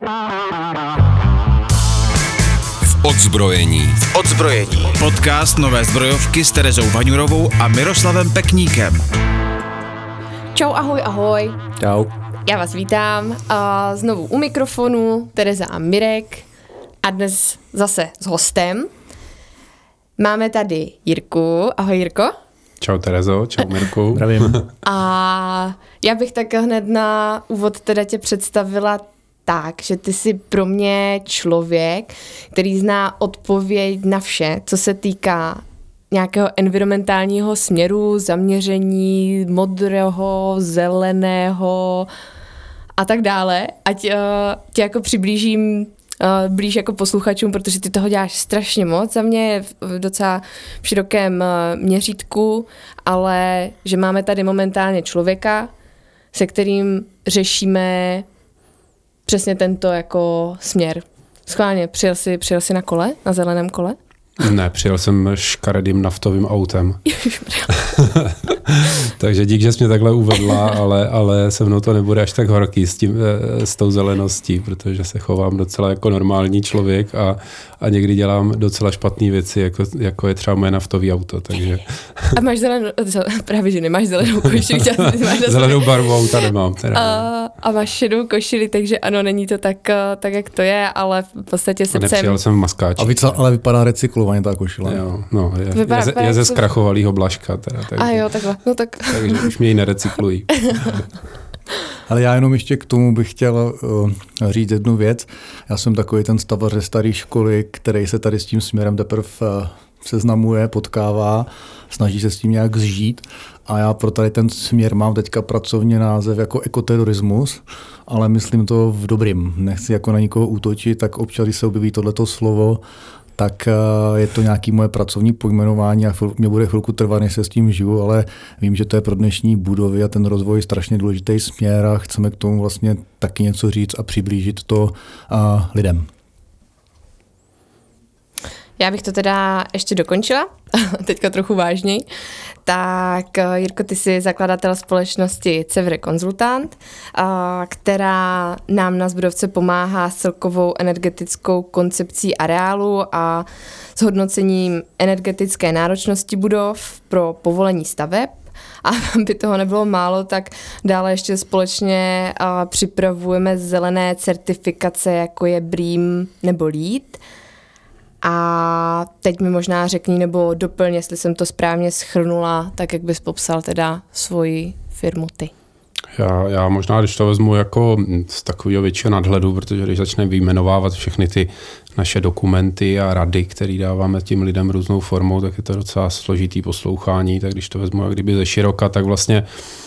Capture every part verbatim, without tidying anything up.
V odzbrojení. V odzbrojení. Podcast Nové zbrojovky s Terezou Vaňurovou a Miroslavem Pekníkem. Čau, ahoj, ahoj. Čau. Já vás vítám a znovu u mikrofonu Tereza a Mirek a dnes zase s hostem. Máme tady Jirku. Ahoj, Jirko. Čau Terezo, čau Mirku. Zdravím. A já bych tak hned na úvod teda tě představila tak, že ty jsi pro mě člověk, který zná odpověď na vše, co se týká nějakého environmentálního směru, zaměření modrého, zeleného a tak dále. Ať uh, tě jako přiblížím uh, blíž jako posluchačům, protože ty toho děláš strašně moc. Za mě je v docela v širokém uh, měřítku, ale že máme tady momentálně člověka, se kterým řešíme přesně tento jako směr. Schválně, přijel jsi, přijel jsi na kole, na zeleném kole? Ne, přijel jsem škaredým naftovým autem. Takže dík, že jsi mě takhle uvedla, ale, ale se mnou to nebude až tak horký s, tím, s tou zeleností, protože se chovám docela jako normální člověk a, a někdy dělám docela špatné věci, jako, jako je třeba moje naftový auto. Takže. A máš zelenou, právě že nemáš zelenou košili. Zelenou barvu auta nemám. Teda. A, a máš šedou košili, takže ano, není to tak, tak jak to je, ale v podstatě se nepřijel jsem v maskáči. A víc, ale vypadá recyklovaně ta košile. Jo, no, je, vypadá, je, je ze zkrachovalýho Blažka. Teda, takže, a jo, takhle. No tak. Takže už mě ji nerecyklují. Ale já jenom ještě k tomu bych chtěl uh, říct jednu věc. Já jsem takový ten stavař ze staré školy, který se tady s tím směrem teprve uh, seznamuje, potkává, snaží se s tím nějak zžít. A já pro tady ten směr mám teďka pracovně název jako ekoterorismus, ale myslím to v dobrým. Nechci jako na nikoho útočit, tak občas, když se objeví tohleto slovo, tak je to nějaké moje pracovní pojmenování a mě bude chvilku trvat, než se s tím žiju, ale vím, že to je pro dnešní budovy a ten rozvoj strašně důležitý směr a chceme k tomu vlastně taky něco říct a přiblížit to lidem. Já bych to teda ještě dokončila, teďka trochu vážněji. Tak Jirko, ty jsi zakladatel společnosti Cevre Konzultant, která nám na Zbrojovce pomáhá s celkovou energetickou koncepcí areálu a s hodnocením energetické náročnosti budov pro povolení staveb. A aby toho nebylo málo, tak dále ještě společně připravujeme zelené certifikace, jako je BREEAM nebo LEED. A teď mi možná řekni nebo doplň, jestli jsem to správně shrnula, tak jak bys popsal teda svoji firmu ty. Já, já možná, když to vezmu jako z takového většího nadhledu, protože když začneme vyjmenovávat všechny ty naše dokumenty a rady, které dáváme tím lidem různou formou, tak je to docela složitý poslouchání, tak když to vezmu jak kdyby ze široka, tak vlastně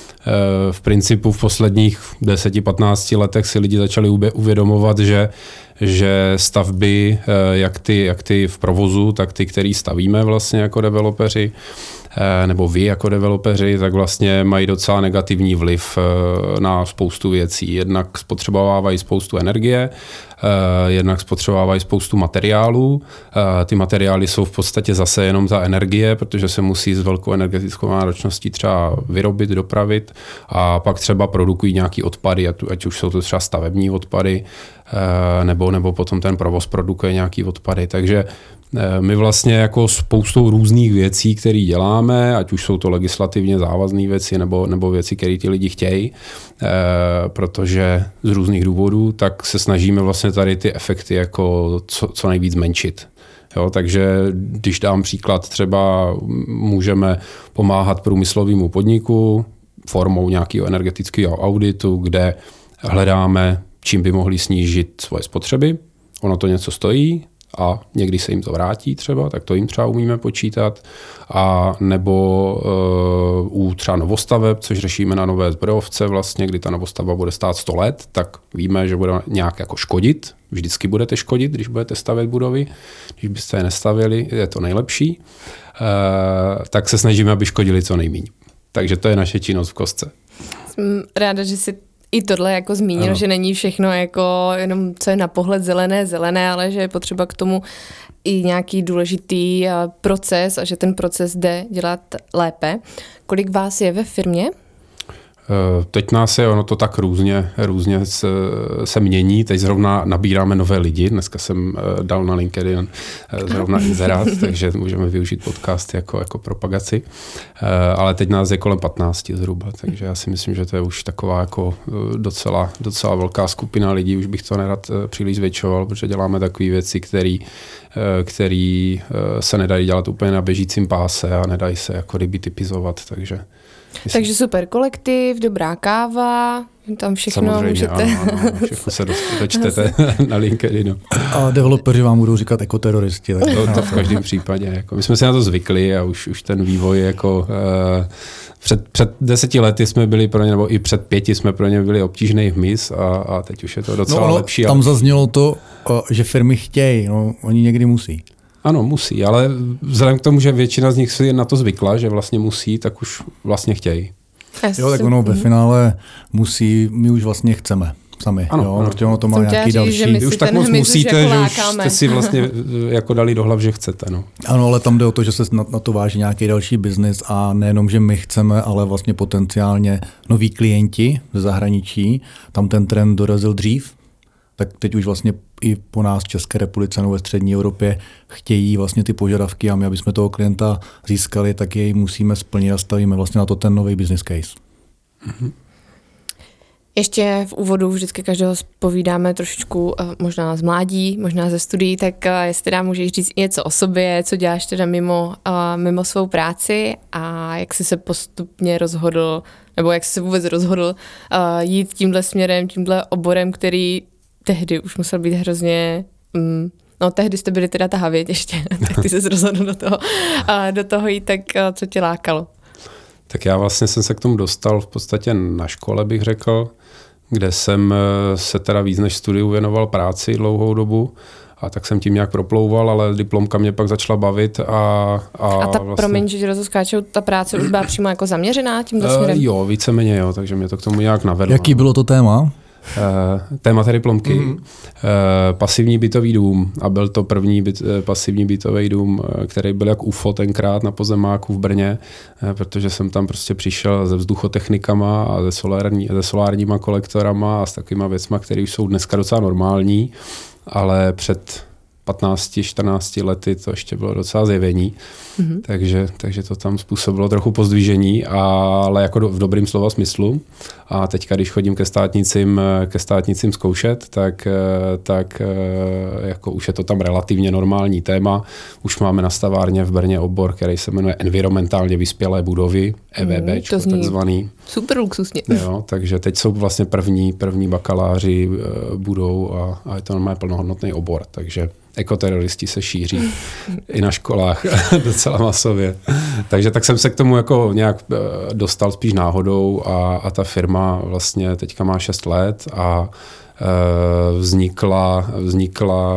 v principu v posledních deset patnáct letech si lidi začali uvědomovat, že, že stavby, jak ty, jak ty v provozu, tak ty, který stavíme vlastně jako developeři, nebo vy jako developeři, tak vlastně mají docela negativní vliv na spoustu věcí. Jednak spotřebovávají spoustu energie, jednak spotřebovávají spoustu materiálů. Ty materiály jsou v podstatě zase jenom ta energie, protože se musí s velkou energetickou náročností třeba vyrobit, dopravit a pak třeba produkují nějaký odpady, ať už jsou to třeba stavební odpady, nebo, nebo potom ten provoz produkuje nějaký odpady. Takže my vlastně jako spoustou různých věcí, které děláme, ať už jsou to legislativně závazné věci nebo, nebo věci, které ty lidi chtějí, eh, protože z různých důvodů, tak se snažíme vlastně tady ty efekty jako co, co nejvíc zmenšit. Jo, takže když dám příklad, třeba můžeme pomáhat průmyslovému podniku formou nějakého energetického auditu, kde hledáme, čím by mohli snížit svoje spotřeby. Ono to něco stojí, a někdy se jim to vrátí třeba, tak to jim třeba umíme počítat. A nebo uh, u třeba novostaveb, což řešíme na Nové Zbrojovce vlastně, kdy ta novostavba bude stát sto let, tak víme, že bude nějak jako škodit. Vždycky budete škodit, když budete stavět budovy. Když byste je nestavili, je to nejlepší. Uh, tak se snažíme, aby škodili co nejméně. Takže to je naše činnost v kostce. Jsem ráda, že si i tohle jako zmínil, ano. Že není všechno jako jenom, co je na pohled zelené, zelené, ale že je potřeba k tomu i nějaký důležitý proces a že ten proces jde dělat lépe. Kolik vás je ve firmě? Teď nás je ono to tak různě, různě se, se mění. Teď zrovna nabíráme nové lidi. Dneska jsem dal na LinkedIn zrovna inzerát, takže můžeme využít podcast jako, jako propagaci. Ale teď nás je kolem patnácti zhruba, takže já si myslím, že to je už taková jako docela, docela velká skupina lidí. Už bych to nerad příliš zvětšoval, protože děláme takové věci, které který se nedají dělat úplně na běžícím páse a nedají se jako ryby typizovat, takže... Myslím. Takže super kolektiv, dobrá káva, tam všechno samozřejmě, můžete... Samozřejmě, ano, ano, všechno se dočtete na LinkedInu. A developeři vám budou říkat ekoteroristi. Tak to, to v každém případě. Jako, my jsme si na to zvykli a už, už ten vývoj jako... Uh, před, před deseti lety jsme byli pro ně, nebo i před pěti jsme pro ně byli obtížný hmyz a, a teď už je to docela no, lepší. Tam ale... zaznělo to, že firmy chtějí, no oni někdy musí. Ano, musí, ale vzhledem k tomu, že většina z nich si na to zvykla, že vlastně musí, tak už vlastně chtějí. Jo, tak ono ve finále musí, my už vlastně chceme sami. Ano, jo, ano. Protože ono to má nějaký další... Vy už tak moc musíte, jako že už jste si vlastně jako dali do hlav, že chcete. No. Ano, ale tam jde o to, že se na, na to váží nějaký další biznis a nejenom, že my chceme, ale vlastně potenciálně noví klienti ze zahraničí. Tam ten trend dorazil dřív, tak teď už vlastně i po nás v České republice nebo ve střední Evropě chtějí vlastně ty požadavky a my, aby jsme toho klienta získali, tak jej musíme splnit a stavíme vlastně na to ten nový business case. Mm-hmm. Ještě v úvodu vždycky každého povídáme trošičku možná z mládí, možná ze studií, tak jestli teda můžeš říct něco o sobě, co děláš teda mimo, mimo svou práci a jak jsi se postupně rozhodl, nebo jak jsi se vůbec rozhodl jít tímhle směrem, tímhle oborem, který tehdy už musel být hrozně... Mm, no tehdy jste byli teda tahavět ještě, tak ty jsi rozhodl do toho, do toho jít, tak co tě lákalo? Tak já vlastně jsem se k tomu dostal v podstatě na škole, bych řekl, kde jsem se teda víc než studiu věnoval práci dlouhou dobu a tak jsem tím nějak proplouval, ale diplomka mě pak začala bavit. A, a, a ta, vlastně... promiň, že rozskáču, ta práce už byla přímo jako zaměřená tímto směrem? Uh, jo, víceméně jo, takže mě to k tomu nějak navedlo. Jaký bylo to téma? Uh, téma té diplomky. Mm. Uh, pasivní bytový dům a byl to první byt, uh, pasivní bytový dům, uh, který byl jak U F O tenkrát na Pozemáku v Brně, uh, protože jsem tam prostě přišel se vzduchotechnikama a se, solární, se solárníma kolektorama a s takovýma věcma, které už jsou dneska docela normální, ale před patnácti čtrnácti lety to ještě bylo docela zjevení, mm-hmm. takže, takže to tam způsobilo trochu pozdvižení, ale jako do, v dobrým slova smyslu. A teďka, když chodím ke státnicím, ke státnicím zkoušet, tak, tak jako už je to tam relativně normální téma. Už máme na stavárně v Brně obor, který se jmenuje environmentálně vyspělé budovy, E V B, mm, takzvaný. Super luxusně. Jo, takže teď jsou vlastně první, první bakaláři budou a, a je to normálně plnohodnotný obor, takže ekoteroristi se šíří i na školách docela masově. Takže tak jsem se k tomu jako nějak dostal spíš náhodou a, a ta firma vlastně teďka má šest let a e, vznikla, vznikla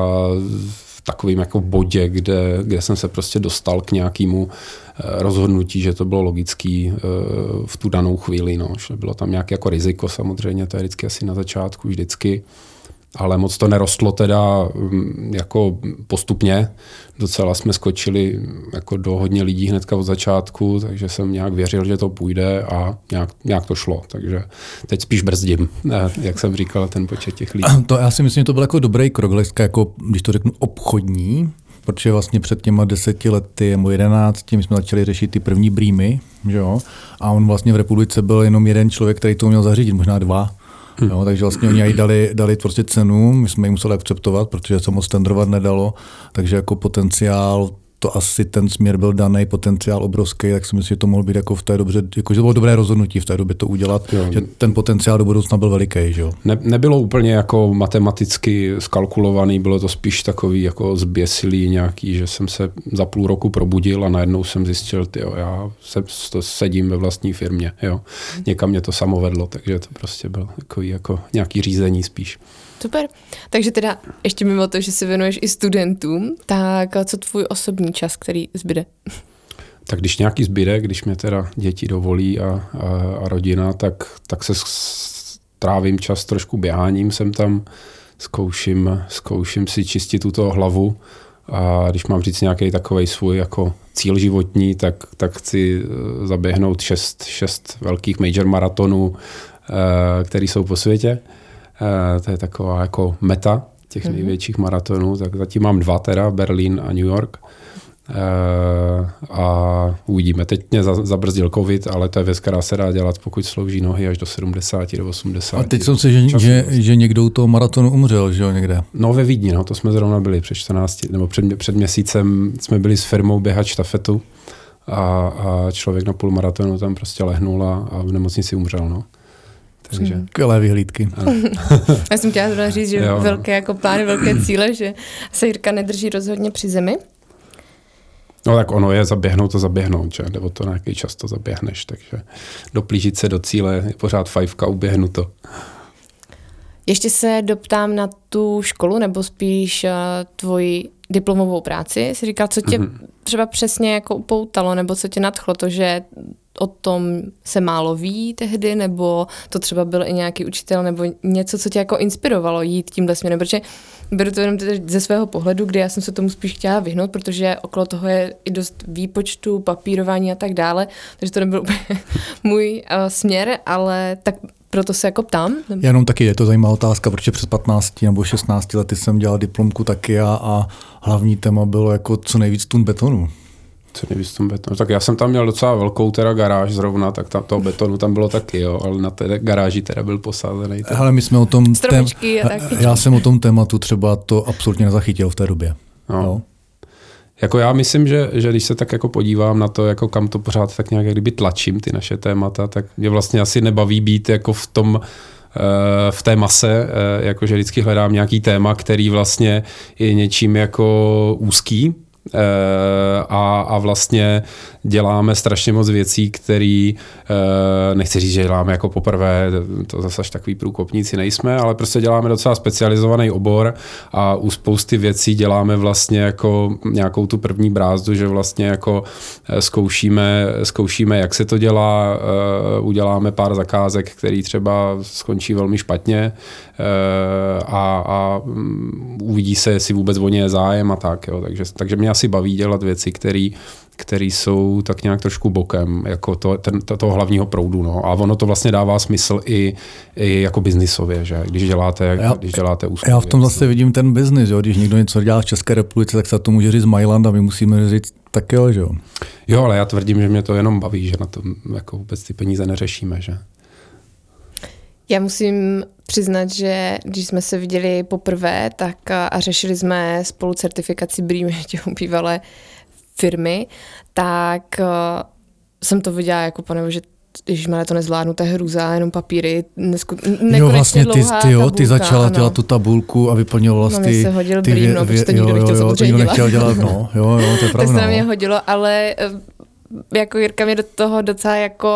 v takovým jako bodě, kde, kde jsem se prostě dostal k nějakému rozhodnutí, že to bylo logický v tu danou chvíli. No. Že bylo tam nějaké jako riziko samozřejmě, to je vždycky asi na začátku vždycky. Ale moc to nerostlo teda jako postupně. Docela jsme skočili jako do hodně lidí hnedka od začátku, takže jsem nějak věřil, že to půjde a nějak, nějak to šlo. Takže teď spíš brzdím, jak jsem říkal, ten počet těch lidí. To já si myslím, že to byl jako dobrý krok, jako, když to řeknu, obchodní, protože vlastně před těma deseti lety nebo jedenácti my jsme začali řešit ty první brýmy, že jo? A on vlastně v republice byl jenom jeden člověk, který to měl zařídit, možná dva. Hmm. Jo, takže vlastně oni dali, dali prostě cenu, my jsme ji museli akceptovat, protože se moc tendrovat nedalo, takže jako potenciál, to asi ten směr byl daný, potenciál obrovský, tak si myslím, že to mohlo být jako v té dobře, jako, že to bylo dobré rozhodnutí v té době to udělat, jo. Že ten potenciál do budoucna byl veliký. Že jo? Ne, nebylo úplně jako matematicky skalkulovaný, bylo to spíš takový jako zběsilý nějaký, že jsem se za půl roku probudil a najednou jsem zjistil, tyjo, já se, sedím ve vlastní firmě, jo. Někam mě to samo vedlo, takže to prostě bylo takový jako nějaký řízení spíš. Super. Takže teda ještě mimo to, že se věnuješ i studentům, tak co tvůj osobní čas, který zbyde? Tak když nějaký zbyde, když mě teda děti dovolí a, a, a rodina, tak, tak se trávím čas trošku běháním, jsem tam, zkouším, zkouším si čistit tuto hlavu A když mám říct nějaký takovej svůj jako cíl životní, tak, tak chci zaběhnout šest, šest velkých major maratonů, které jsou po světě. To je taková jako meta těch mm-hmm. největších maratonů. Tak zatím mám dva teda, Berlín a New York. A uvidíme. Teď mě zabrzdil covid, ale to je věc, která se dá dělat, pokud slouží nohy až do sedmdesát, do osmdesát. A teď jsem si, že, že, že někdo u toho maratonu umřel, že jo, někde? No ve Vídni, no, to jsme zrovna byli před čtrnácti, nebo před, před měsícem jsme byli s firmou běhat štafetu a, a člověk na půl maratonu tam prostě lehnul a, a v nemocnici umřel, no. Takže. Skvělé vyhlídky. Já jsem chtěla zrovna říct, že jo. velké jako plány, velké cíle, že se Jirka nedrží rozhodně při zemi. No tak ono je zaběhnout to zaběhnout, že? Nebo to na jaký čas to zaběhneš, takže doplížit se do cíle je pořád fajfka, uběhnu to. Ještě se doptám na tu školu, nebo spíš uh, tvoji diplomovou práci. Jsi říkal, co tě mm-hmm. třeba přesně jako upoutalo, nebo co tě nadchlo, to, že o tom se málo ví tehdy, nebo to třeba byl i nějaký učitel, nebo něco, co tě jako inspirovalo jít tímhle směrem, protože beru to jenom ze svého pohledu, kdy já jsem se tomu spíš chtěla vyhnout, protože okolo toho je i dost výpočtu, papírování a tak dále, takže to nebyl úplně můj uh, směr, ale tak proto se jako ptám. Jenom taky je to zajímavá otázka, protože přes patnáct nebo šestnáct lety jsem dělal diplomku taky a, a hlavní téma bylo jako co nejvíc tun betonu. Co nejvíc tun betonu. Tak já jsem tam měl docela velkou teda garáž zrovna, tak tam toho betonu tam bylo taky, jo, ale na té garáži teda byl posázený. Ten... Ale my jsme o tom... Stromičky a taky. Já jsem o tom tématu třeba to absolutně nezachytil v té době. No. No. Jako já myslím, že, že když se tak jako podívám na to, jako kam to pořád tak nějak kdyby tlačím ty naše témata, tak mě vlastně asi nebaví být jako v tom, v té mase, jakože vždycky hledám nějaký téma, který vlastně je něčím jako úzký, A, a vlastně děláme strašně moc věcí, které nechci říct, že děláme jako poprvé, to zase až takový průkopníci nejsme, ale prostě děláme docela specializovaný obor a u spousty věcí děláme vlastně jako nějakou tu první brázdu, že vlastně jako zkoušíme, zkoušíme, jak se to dělá, uděláme pár zakázek, které třeba skončí velmi špatně a, a uvidí se, jestli vůbec o ně je zájem a tak. Jo. Takže, takže mě asi baví dělat věci, které které jsou tak nějak trošku bokem, jako to, ten, to, toho hlavního proudu. No. A ono to vlastně dává smysl i, i jako biznisově, že? Když děláte, já, když děláte úspěch. Já v tom zase vidím ten biznis, jo? Když někdo něco dělá v České republice, tak se to může říct Mailand a my musíme říct tak jo, že jo. Jo, ale já tvrdím, že mě to jenom baví, že na to jako vůbec ty peníze neřešíme, že? Já musím přiznat, že když jsme se viděli poprvé, tak a řešili jsme spolu certifikaci BREEAM ještě u bývalé firmy, tak uh, jsem to viděla jako pane, že ježišmarja, to nezvládnu, to je hrůza, jenom papíry, nesku, nekonečně jo, vlastně ty, dlouhá ty, jo, tabulka, ty začala ano. dělat tu tabulku a vyplňovala no, ty... No se hodil ty BREEAM, no, protože to nikdo nechtěl samozřejmě dělat. nechtěl dělat, no, jo, jo, to je pravda. Tak se na mě hodilo, ale jako Jirka mě do toho docela jako...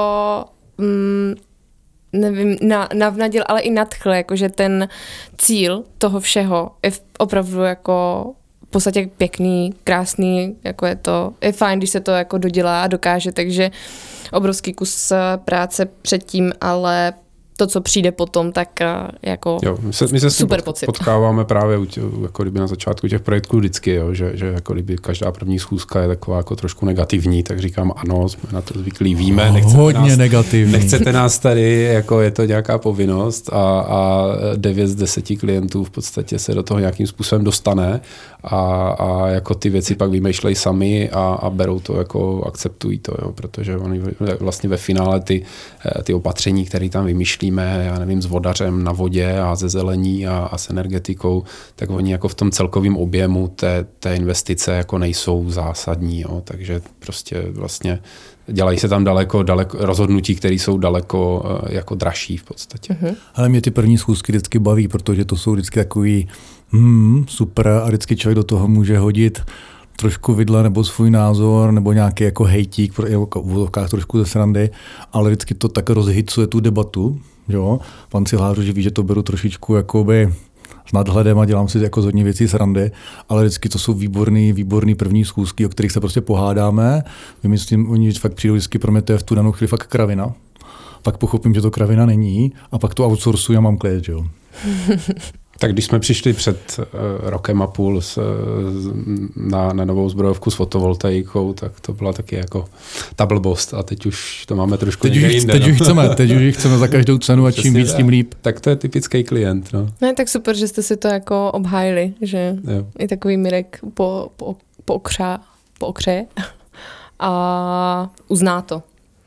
Mm, nevím, na, navnadil, ale i nadchl, jakože ten cíl toho všeho je opravdu jako v podstatě pěkný, krásný, jako je to, je fajn, když se to jako dodělá a dokáže, takže obrovský kus práce předtím, ale to, co přijde potom, tak jako jo, my se, my se super pot, pocit. potkáváme právě u tě, jako kdyby na začátku těch projektů vždycky, jo, že, že jako kdyby každá první schůzka je taková jako trošku negativní, tak říkám ano, jsme na to zvyklí, víme, nechcete hodně nás, negativní. Nechcete nás tady, jako je to nějaká povinnost a, a devět z deseti klientů v podstatě se do toho nějakým způsobem dostane a, a jako ty věci pak vymýšlejí sami a, a berou to, jako akceptují to, jo, protože oni vlastně ve finále ty, ty opatření, které tam vymýšlíme, já nevím, s vodařem na vodě a ze zelení a, a s energetikou, tak oni jako v tom celkovém objemu té, té investice jako nejsou zásadní, jo, takže prostě vlastně dělají se tam daleko, daleko rozhodnutí, které jsou daleko jako dražší v podstatě. Mm-hmm. Ale mě ty první schůzky vždycky baví, protože to jsou vždycky takový hmm, super a vždycky člověk do toho může hodit trošku vidle nebo svůj názor, nebo nějaký jako hejtík, jako v úvodovkách trošku ze srandy, ale vždycky to tak rozhicuje tu debatu, jo. Pan Cihlář, že ví, že to beru trošičku jakoby s nadhledem a dělám si jako z hodně věcí srandy, ale vždycky to jsou výborný, výborný první schůzky, o kterých se prostě pohádáme. Vymyslím, oni fakt přijdou vždycky, pro mě to je v tu danou chvíli fakt kravina. Pak pochopím, že to kravina není a pak to outsourcuji a mám klid, jo. Tak když jsme přišli před uh, rokem a půl s, na, na novou zbrojovku s fotovoltaikou, tak to byla taky jako ta blbost a teď už to máme trošku teď někde už, jinde. Teď no. už chceme, teď už chceme za každou cenu a čím Přesně víc, tak. tím líp. Tak to je typický klient. No. No, tak super, že jste si to jako obhájili, že Jo. i takový Mirek po, po, po, okřá, po okře a uzná to.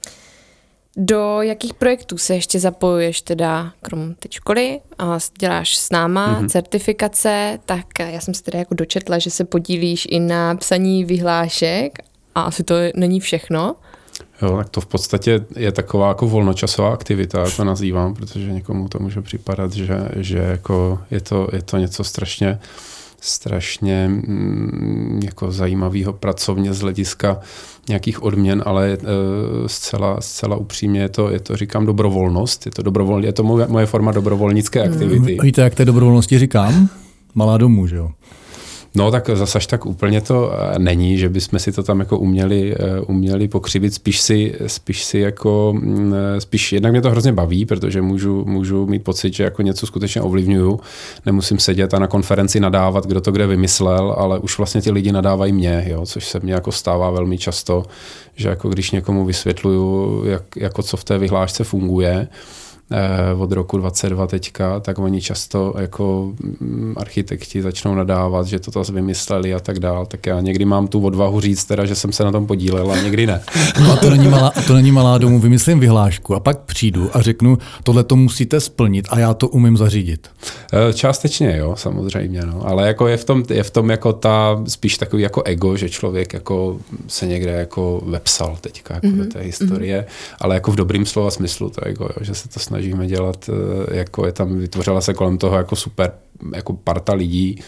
Do jakých projektů se ještě zapojuješ teda, krom té školy a děláš s náma mm-hmm. certifikace, tak já jsem se teda jako dočetla, že se podílíš i na psaní vyhlášek a asi to není všechno. Jo, tak to v podstatě je taková jako volnočasová aktivita, já to nazývám, protože někomu to může připadat, že, že jako je, to, je to něco strašně strašně mm, jako zajímavého pracovně z hlediska nějakých odměn, ale e, zcela, zcela upřímně je to, je to, říkám, dobrovolnost. Je to, dobrovol, je to moje, moje forma dobrovolnické aktivity. Víte, jak té dobrovolnosti říkám? Malá domů, že jo? No tak zase až tak úplně to není, že bychom si to tam jako uměli, uměli pokřivit, spíš si, spíš si jako, spíš jednak mě to hrozně baví, protože můžu, můžu mít pocit, že jako něco skutečně ovlivňuju, nemusím sedět a na konferenci nadávat, kdo to kde vymyslel, ale už vlastně ti lidi nadávají mě, jo, což se mně jako stává velmi často, že jako když někomu vysvětluju, jak, jako co v té vyhlášce funguje, od roku dvacet dva teďka, tak oni často jako architekti začnou nadávat, že to zase vymysleli a tak dál. Tak já někdy mám tu odvahu říct teda, že jsem se na tom podílel a někdy ne. No a to není malá, to není malá domů, vymyslím vyhlášku a pak přijdu a řeknu, tohle to musíte splnit a já to umím zařídit. Částečně jo, samozřejmě, no. Ale jako je v tom, je v tom jako ta spíš takový jako ego, že člověk jako se někde jako vepsal teďka jako mm-hmm. do té historie, mm-hmm. ale jako v dobrým slova smyslu to ego, jo, že se to snažíme dělat, jako je tam, vytvořila se kolem toho jako super jako parta lidí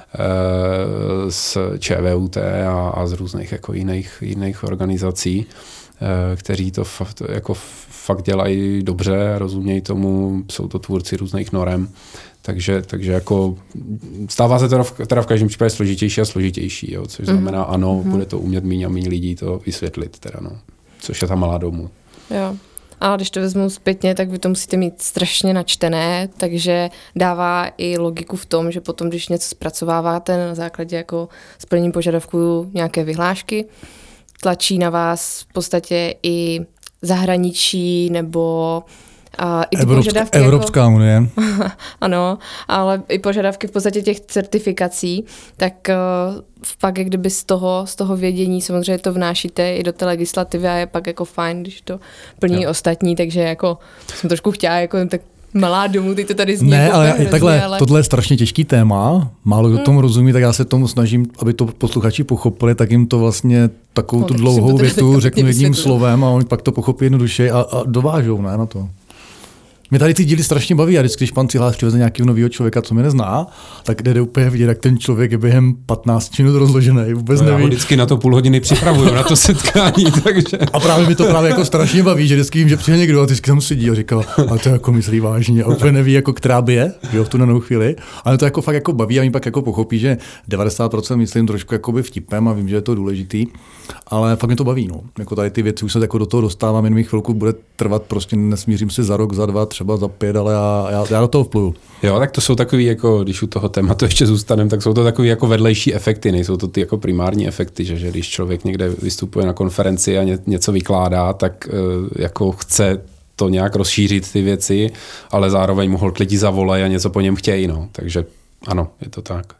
z ČVUT a, a z různých jako jiných, jiných organizací, kteří to fakt, jako fakt dělají dobře, rozumějí tomu, jsou to tvůrci různých norem, takže, takže jako stává se to v, teda v každém případě složitější a složitější, jo, což znamená ano, mm-hmm. bude to umět míň a míň lidí to vysvětlit, teda no, což je ta malá domů. Jo. Ale když to vezmu zpětně, tak vy to musíte mít strašně načtené, takže dává i logiku v tom, že potom, když něco zpracováváte na základě jako splnění požadavků nějaké vyhlášky, tlačí na vás v podstatě i zahraničí nebo a i ty Evropská, požadavky Evropská jako, unie. ano, ale i požadavky v podstatě těch certifikací, tak uh, pak jak kdyby z toho, z toho vědění samozřejmě to vnášíte i do té legislativy a je pak jako fajn, když to plní jo. ostatní, takže jako jsem trošku chtěla jako tak malá domů, teď to tady zní. Ne, jako ale hrozně, takhle, ale... tohle je strašně těžký téma, málo kdo tomu rozumí, tak já se tomu snažím, aby to posluchači pochopili, tak jim to vlastně takovou no, tu dlouhou větu řeknu jedním vysvětlu. slovem a oni pak to pochopí jednoduše a, a dovážou, ne, na to. Mě tady ty díly strašně baví a vždycky, když pan Cihlář přiveze nějakého nového člověka, co mě nezná, tak jde úplně vidět, jak ten člověk je během patnáct minut rozložený, vůbec no, neví. Já ho vždycky na to půl hodiny připravuju, na to setkání, takže... A právě mi to právě jako strašně baví, že vždycky vím, že přijde někdo a vždycky tam sedí a říkal, a to jako myslí vážně a úplně neví, jako která by je, jo, v tu danou chvíli, ale to jako fakt jako baví a mi pak jako pochopí, že devadesát procent myslím trošku jakoby vtipem a vím, že je to důležitý, ale fakt mě to baví, no. Jako tady ty věci už se jako do toho dostávám, jen mi chvilku bude trvat, prostě nesmířím si za rok, za dva, třeba za pět, ale já, já, já do toho vpluju. Jo, tak to jsou takový, jako, když u toho tématu ještě zůstaneme, tak jsou to takový jako vedlejší efekty, nejsou to ty jako primární efekty, že, že když člověk někde vystupuje na konferenci a ně, něco vykládá, tak e, jako chce to nějak rozšířit ty věci, ale zároveň mu holt lidi zavolají a něco po něm chtějí, no. Takže ano, je to tak.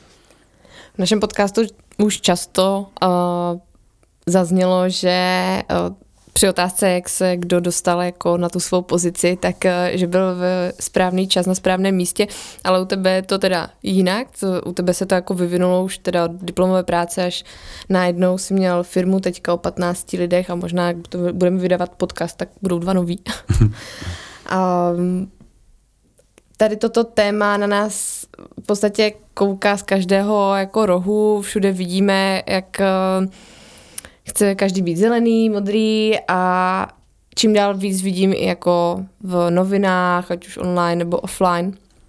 V našem podcastu už často uh, zaznělo, že uh, při otázce, jak se kdo dostal jako na tu svou pozici, tak že byl v správný čas na správném místě, ale u tebe je to teda jinak, to, u tebe se to jako vyvinulo už teda od diplomové práce až najednou si měl firmu teďka o patnácti lidech a možná, jak to budeme vydávat podcast, tak budou dva noví. A tady toto téma na nás v podstatě kouká z každého jako rohu, všude vidíme, jak chce každý být zelený, modrý a čím dál víc vidím i jako v novinách, ať už online nebo offline.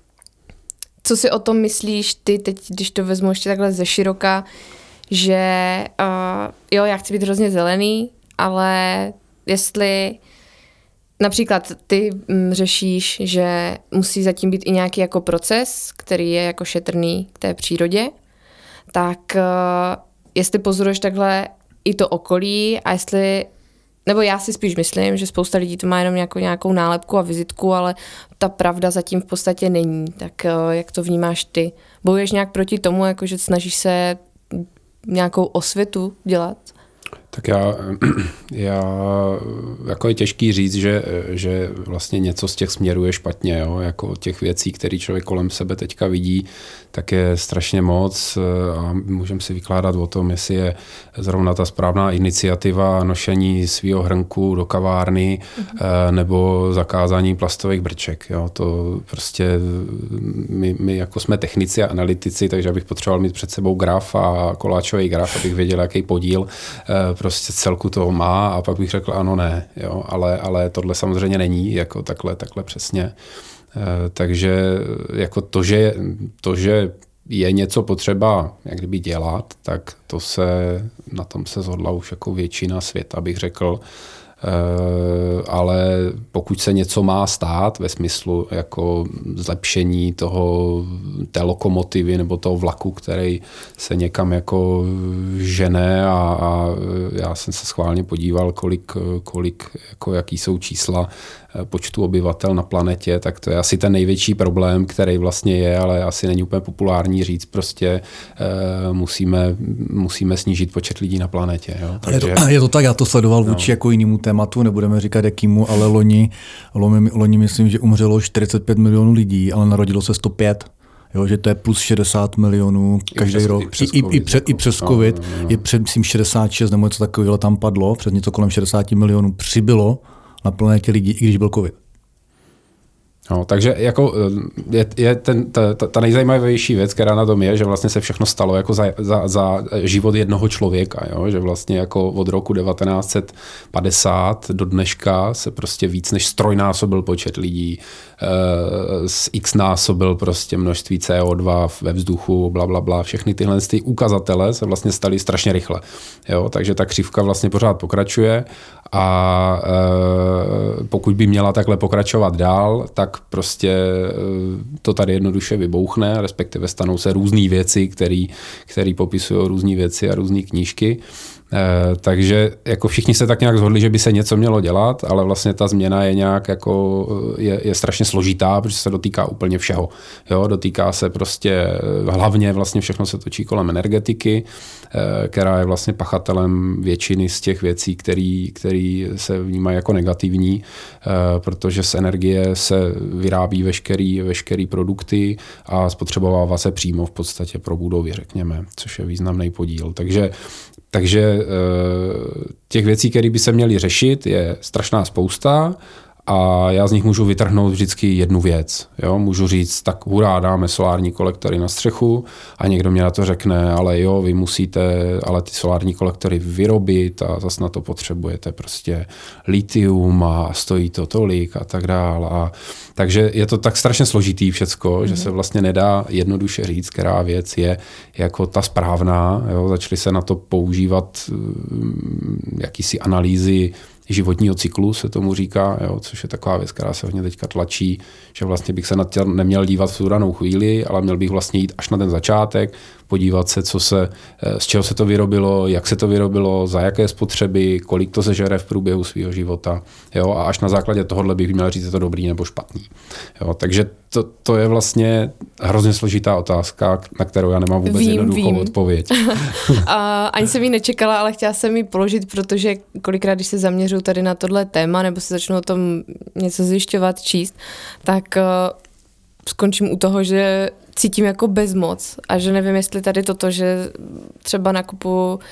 Co si o tom myslíš ty teď, když to vezmu ještě takhle ze široka, že uh, jo, já chci být hrozně zelený, ale jestli například ty m, řešíš, že musí zatím být i nějaký jako proces, který je jako šetrný k té přírodě, tak uh, jestli pozoruješ takhle i to okolí a jestli, nebo já si spíš myslím, že spousta lidí to má jenom nějakou, nějakou nálepku a vizitku, ale ta pravda zatím v podstatě není. Tak uh, jak to vnímáš ty? Bojuješ nějak proti tomu, jako že snažíš se nějakou osvětu dělat? Tak já, já, jako je těžký říct, že, že vlastně něco z těch směrů je špatně, jo? Jako těch věcí, které člověk kolem sebe teďka vidí, tak je strašně moc a můžeme si vykládat o tom, jestli je zrovna ta správná iniciativa nošení svýho hrnku do kavárny mm-hmm. nebo zakázání plastových brček. Jo? To prostě my, my jako jsme technici a analytici, takže bych potřeboval mít před sebou graf a koláčový graf, abych věděl, jaký podíl prostě celku toho má a pak bych řekl ano, ne, jo, ale, ale tohle samozřejmě není jako takhle, takhle přesně. Takže jako to, že, to, že je něco potřeba jak kdyby dělat, tak to se, na tom se shodla už jako většina světa, bych řekl. Ale pokud se něco má stát ve smyslu jako zlepšení toho, té lokomotivy nebo toho vlaku, který se někam jako žene a, a já jsem se schválně podíval, kolik, kolik jako jaký jsou čísla počtu obyvatel na planetě, tak to je asi ten největší problém, který vlastně je, ale asi není úplně populární říct, prostě e, musíme, musíme snížit počet lidí na planetě. Jo? Takže, je, to, je to tak, já to sledoval vůči no. jako jinému tématu, nebudeme říkat jakýmu, ale loni, loni, loni myslím, že umřelo čtyřicet pět milionů lidí, ale narodilo se sto pět. Jo, že to je plus šedesát milionů každý I rok. I přes, I, COVID, i, před, i přes COVID. No, no, no. I před, myslím, šedesát šest nebo něco takového tam padlo, před něco kolem šedesát milionů přibylo na planetě lidí, i když byl covid. No, takže jako je, je ten, ta, ta nejzajímavější věc, která na tom je, že vlastně se všechno stalo jako za, za, za život jednoho člověka, jo? Že vlastně jako od roku devatenáct set padesát do dneška se prostě víc než strojnásobil počet lidí, z x násobil prostě množství C O dva ve vzduchu, bla, bla, bla. Všechny tyhle ty ukazatele se vlastně staly strašně rychle. Jo? Takže ta křivka vlastně pořád pokračuje a e, pokud by měla takhle pokračovat dál, tak prostě e, to tady jednoduše vybouchne, respektive stanou se různé věci, které popisují různé věci a různé knížky. Eh, takže jako všichni se tak nějak shodli, že by se něco mělo dělat, ale vlastně ta změna je nějak jako je, je strašně složitá, protože se dotýká úplně všeho. Jo, dotýká se prostě hlavně vlastně všechno se točí kolem energetiky, eh, která je vlastně pachatelem většiny z těch věcí, který, který se vnímají jako negativní, eh, protože z energie se vyrábí veškerý, veškerý produkty a spotřebovává se přímo v podstatě pro budovy, řekněme, což je významný podíl. Takže Takže těch věcí, které by se měly řešit, je strašná spousta a já z nich můžu vytrhnout vždycky jednu věc. Jo? Můžu říct, tak hurá, dáme solární kolektory na střechu a někdo mě na to řekne, ale jo, vy musíte ale ty solární kolektory vyrobit a zase na to potřebujete prostě litium a stojí to tolik a tak dál. A takže je to tak strašně složitý všecko, mm-hmm. že se vlastně nedá jednoduše říct, která věc je jako ta správná. Jo? Začali se na to používat jakýsi analýzy životního cyklu, se tomu říká, jo, což je taková věc, která se hodně teďka tlačí, že vlastně bych se na to neměl dívat v tu danou chvíli, ale měl bych vlastně jít až na ten začátek, podívat se, co se, z čeho se to vyrobilo, jak se to vyrobilo, za jaké spotřeby, kolik to sežere v průběhu svého života. Jo, a až na základě tohohle bych měl říct, je to dobrý nebo špatný. Jo, takže to, to je vlastně hrozně složitá otázka, na kterou já nemám vůbec vím, jednoduchou vím. odpověď. A ani jsem ji nečekala, ale chtěla jsem ji položit, protože kolikrát, když se zaměřuju tady na tohle téma, nebo se začnu o tom něco zjišťovat, číst, tak uh, skončím u toho, že cítím jako bezmoc a že nevím, jestli tady toto, že třeba nakupu, uh,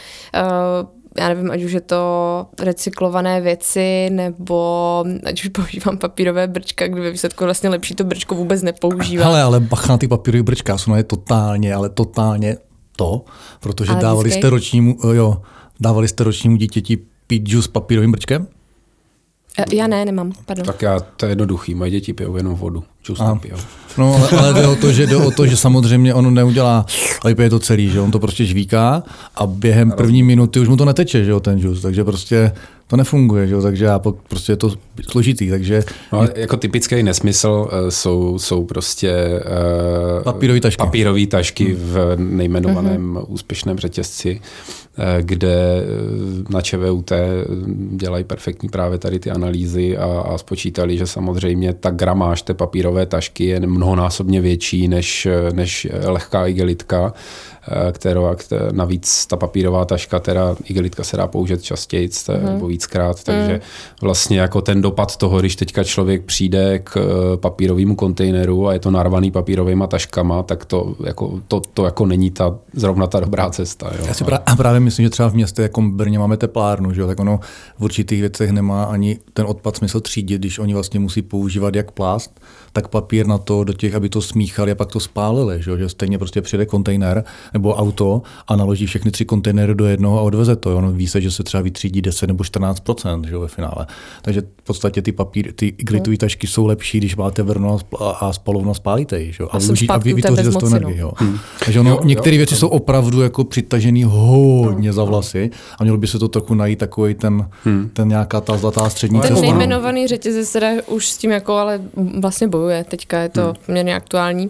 já nevím, ať už je to recyklované věci, nebo ať už používám papírové brčka, kde ve výsledku vlastně lepší to brčko vůbec nepoužívám. Ale, ale bacha na ty papírové brčka, jsou je totálně, ale totálně to, protože ale dávali jste ročnímu, jo, dávali jste ročnímu dítěti pít džus s papírovým brčkem? Já ne, nemám, pardon. Tak já, to je jednoduchý, moje děti pijou jenom vodu. Čus nepijou. No, ale, ale jde o to, že jde o to, že samozřejmě on neudělá, ale je to celý, že on to prostě žvíká a během první minuty už mu to neteče, že jo, ten džus, takže prostě to nefunguje, že jo, takže já prostě je to složitý, takže... No, jako typický nesmysl uh, jsou, jsou prostě uh, papírové tašky, papírové tašky hmm. v nejmenovaném hmm. úspěšném řetězci, uh, kde na ČVUT dělají perfektní právě tady ty analýzy a, a spočítali, že samozřejmě ta gramáž té papírové tašky je mnohonásobně větší než, než lehká igelitka, kterou, navíc ta papírová taška, teda igelitka se dá použít častěji mm. nebo víckrát, takže mm. vlastně jako ten dopad toho, když teďka člověk přijde k papírovému kontejneru a je to narvaný papírovýma taškama, tak to jako, to, to jako není ta, zrovna ta dobrá cesta. Jo. Já si právě, právě myslím, že třeba v městě jako Brně máme teplárnu, že jo, tak ono v určitých věcech nemá ani ten odpad smysl třídit, když oni vlastně musí používat jak plast, tak papír na to do těch, aby to smíchali a pak to spálili, že, jo? Že stejně prostě přijde kontejner nebo auto a naloží všechny tři kontejnery do jednoho a odveze to. Jo? No, ví se, že se třeba vytřídí deset nebo čtrnáct procent, že jo, ve finále. Takže v podstatě ty papír, ty igelitové tašky jsou lepší, když máte vrno a spalovno spálíte ji, že jo? A, a, a vy, vytvoříte z toho energii. Jo? Hmm. Takže ono, některé věci jsou opravdu jako přitažený hodně no. za vlasy a mělo by se to trochu najít takový ten, hmm. ten nějaká ta zlatá střední ten cesta. Ten nejmenovaný řetězec teda už s tím jako ale vlastně bojuje. Teďka je to hmm. poměrně aktuální.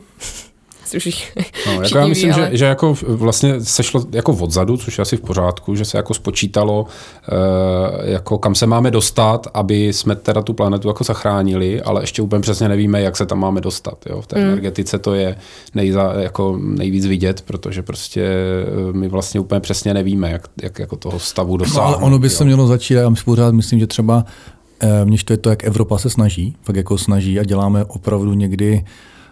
No, jako já myslím, ví, ale... že, že jako vlastně se šlo jako odzadu, což je asi v pořádku, že se jako spočítalo, e, jako kam se máme dostat, aby jsme teda tu planetu jako zachránili, ale ještě úplně přesně nevíme, jak se tam máme dostat. Jo? V té mm. energetice to je nejza, jako nejvíc vidět, protože prostě my vlastně úplně přesně nevíme, jak, jak jako toho stavu dosáhnout. No, ale ono by jo? se mělo začít, já pořád myslím, že třeba mněž to je to, jak Evropa se snaží, fakt jako snaží a děláme opravdu někdy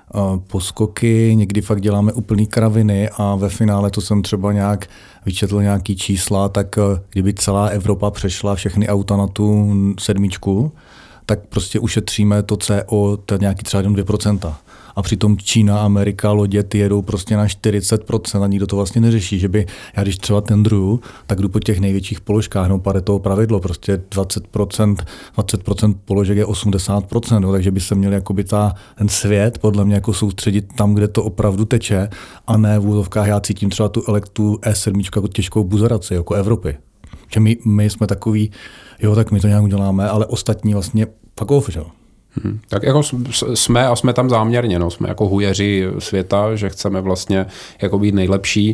poskoky, někdy fakt děláme úplný kraviny a ve finále to jsem třeba nějak vyčetl nějaký čísla, tak kdyby celá Evropa přešla všechny auta na tu sedmičku, tak prostě ušetříme to C O to nějaký třeba jen dvě procenta. A přitom Čína, Amerika, lodě, ty jedou prostě na čtyřicet procent a nikdo to vlastně neřeší, že by, já když třeba tendruju, tak jdu po těch největších položkách, no Paretovo pravidlo, prostě dvacet procent, dvacet procent položek je osmdesát procent, no, takže by se měli jakoby ta, ten svět podle mě jako soustředit tam, kde to opravdu teče a ne v úzovkách, já cítím třeba tu elektru E sedm jako těžkou buzeraci, jako Evropy. Že my, my jsme takový, jo, tak my to nějak uděláme, ale ostatní vlastně pak off, že jo. Hmm. Tak jako jsme a jsme tam záměrně, no. Jsme jako hujeři světa, že chceme vlastně jako být nejlepší,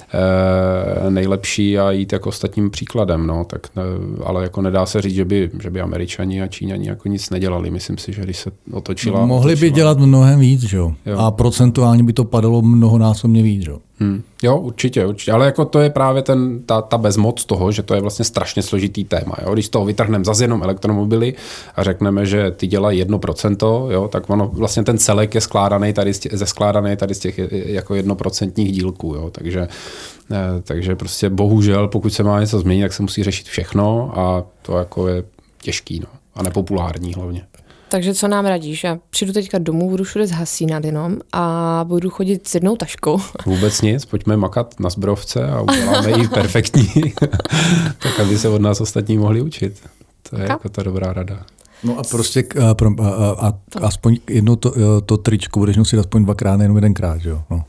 eh, nejlepší a jít jako ostatním příkladem, no. Tak, ale jako nedá se říct, že by, že by Američani a Číňani jako nic nedělali. Myslím si, že když se otočila... Mohli otočila, by dělat mnohem víc, že jo. A procentuálně by to padalo mnohonásobně víc, jo. Hmm. Jo, určitě, určitě, ale jako to je právě ten, ta, ta bezmoc toho, že to je vlastně strašně složitý téma. Jo? Když z toho vytrhneme zase jenom elektromobily a řekneme, že ty dělají jedno procento, jo, tak ono vlastně ten celek je skládaný tady z těch, ze skládaný tady z těch jako jednoprocentních dílků. Jo? Takže, eh, takže prostě bohužel, pokud se má něco změnit, tak se musí řešit všechno a to jako je těžký, no, a nepopulární hlavně. Takže co nám radíš? Já přijdu teďka domů, budu všude zhasínat jenom a budu chodit s jednou taškou. Vůbec nic, pojďme makat na zbrojovce a uděláme ji perfektní, tak aby se od nás ostatní mohli učit. To je Aka? Jako ta dobrá rada. No a prostě a, a, a, aspoň jedno to, to tričko budeš nosit aspoň dvakrát, jenom jedenkrát, jo? No.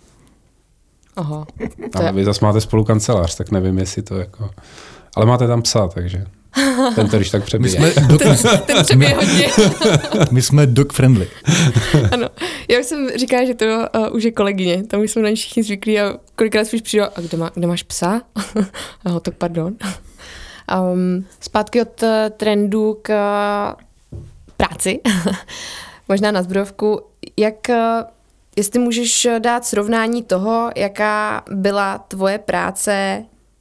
Aha. A vy zase máte spolu kancelář, tak nevím, jestli to jako... Ale máte tam psa, takže... Ten to když tak přebíje. My jsme dog, ten, ten přebíje hodně. My jsme dog friendly. Ano. Já už jsem říkala, že to uh, už je kolegyně. Tam už jsme na ní všichni zvyklí a kolikrát spíš přijde, a kde, má, kde máš psa? No, tak pardon. Um, zpátky od uh, trendu k uh, práci. Možná na zbrojovku. Jak... Uh, jestli můžeš dát srovnání toho, jaká byla tvoje práce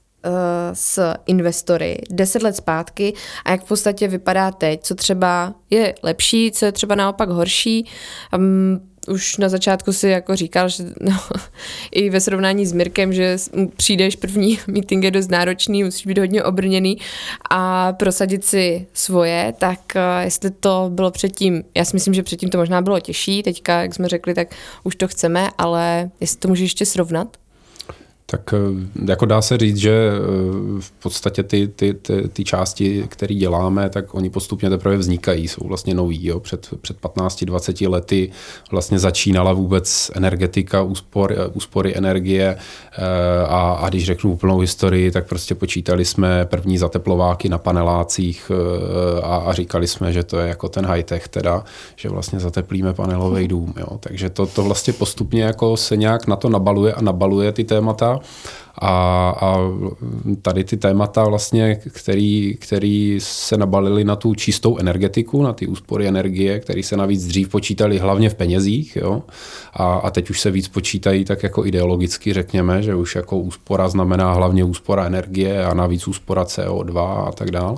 s investory deset let zpátky a jak v podstatě vypadá teď, co třeba je lepší, co je třeba naopak horší. Um, už na začátku si jako říkal, že no, i ve srovnání s Mirkem, že přijdeš první meeting je dost náročný, musíš být hodně obrněný a prosadit si svoje, tak uh, jestli to bylo předtím, já si myslím, že předtím to možná bylo těžší, teďka, jak jsme řekli, tak už to chceme, ale jestli to můžeš ještě srovnat? Tak jako dá se říct, že v podstatě ty, ty, ty, ty části, které děláme, tak oni postupně teprve vznikají, jsou vlastně nový. Jo. Před, před patnácti dvaceti lety vlastně začínala vůbec energetika, úspor, úspory energie a, a když řeknu úplnou historii, tak prostě počítali jsme první zateplováky na panelácích a, a říkali jsme, že to je jako ten high-tech teda, že vlastně zateplíme panelový dům. Jo. Takže to, to vlastně postupně jako se nějak na to nabaluje a nabaluje ty témata. A, a tady ty témata vlastně, který, který se nabalily na tu čistou energetiku, na ty úspory energie, které se navíc dřív počítaly hlavně v penězích, jo? A, a teď už se víc počítají tak jako ideologicky, řekněme, že už jako úspora znamená hlavně úspora energie a navíc úspora C O dva a tak dál.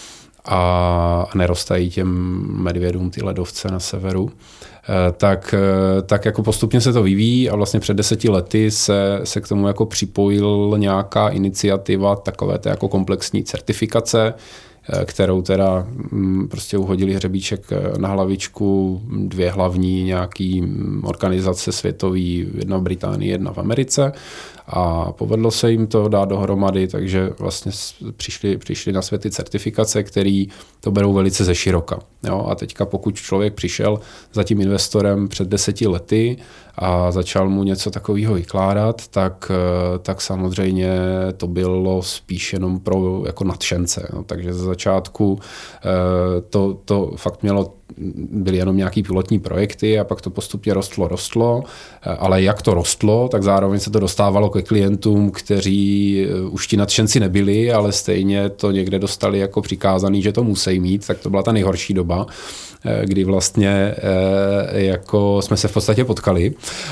A nerostají těm medvědům ty ledovce na severu. Tak, tak jako postupně se to vyvíjí a vlastně před deseti lety se, se k tomu jako připojil nějaká iniciativa takové té jako komplexní certifikace, kterou teda prostě uhodili hřebíček na hlavičku dvě hlavní nějaký organizace světový, jedna v Británii, jedna v Americe. A povedlo se jim to dát dohromady, takže vlastně přišli, přišli na svět ty certifikace, které to berou velice ze široka. Jo? A teďka pokud člověk přišel za tím investorem před deseti lety a začal mu něco takového vykládat, tak, tak samozřejmě to bylo spíš jenom pro jako nadšence. Jo? Takže ze začátku to, to fakt mělo byly jenom nějaký pilotní projekty a pak to postupně rostlo, rostlo, ale jak to rostlo, tak zároveň se to dostávalo ke klientům, kteří už ti nadšenci nebyli, ale stejně to někde dostali jako přikázaný, že to musí mít, tak to byla ta nejhorší doba, kdy vlastně jako jsme se v podstatě potkali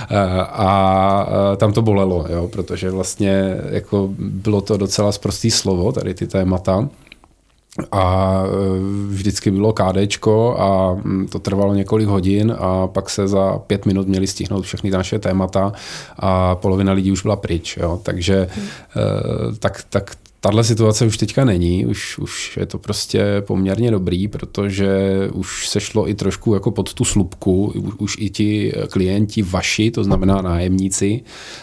a tam to bolelo, jo, protože vlastně jako bylo to docela sprostý slovo, tady ty témata. A vždycky bylo kádéčko a to trvalo několik hodin a pak se za pět minut měli stihnout všechny naše témata a polovina lidí už byla pryč. Jo. Takže hmm. tak, tak tahle situace už teďka není, už, už je to prostě poměrně dobrý, protože už se šlo i trošku jako pod tu slupku, už, už i ti klienti vaši, to znamená nájemníci,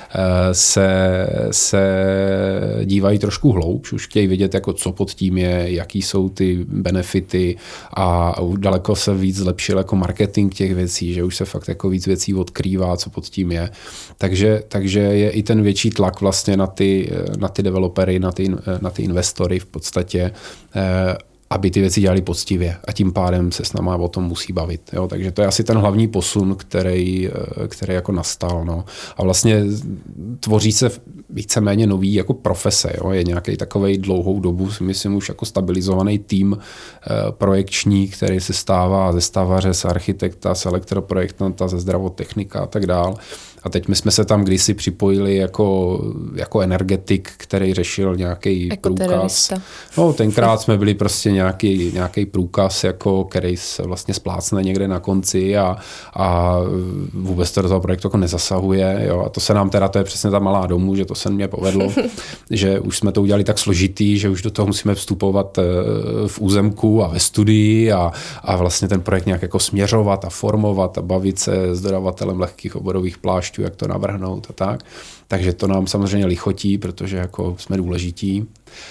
se, se dívají trošku hloubš, už chtějí vidět, jako co pod tím je, jaký jsou ty benefity a daleko se víc zlepšil jako marketing těch věcí, že už se fakt jako víc věcí odkrývá, co pod tím je. Takže, takže je i ten větší tlak vlastně na ty, na ty developery, na ty na ty investory v podstatě, eh, aby ty věci dělali poctivě a tím pádem se s náma o tom musí bavit. Jo? Takže to je asi ten hlavní posun, který, který jako nastal. No. A vlastně tvoří se víceméně nový jako profese. Jo? Je nějaký takovej dlouhou dobu, si myslím, už jako stabilizovaný tým eh, projekční, který se stává ze stavaře, z architekta, z elektroprojektanta, ze zdravotechnika a tak dál. A teď my jsme se tam kdysi připojili jako, jako energetik, který řešil nějaký jako průkaz. Terorista. No, tenkrát jsme byli prostě nějaký, nějaký průkaz, jako, který se vlastně splácne někde na konci a, a vůbec to do toho projektu jako nezasahuje. Jo. A to se nám teda, to je přesně ta malá domů, že to se mně povedlo, že už jsme to udělali tak složitý, že už do toho musíme vstupovat v územku a ve studii a, a vlastně ten projekt nějak jako směřovat a formovat a bavit se s dodavatelem lehkých oborových plášťů, jak to navrhnout a tak. Takže to nám samozřejmě lichotí, protože jako jsme důležití.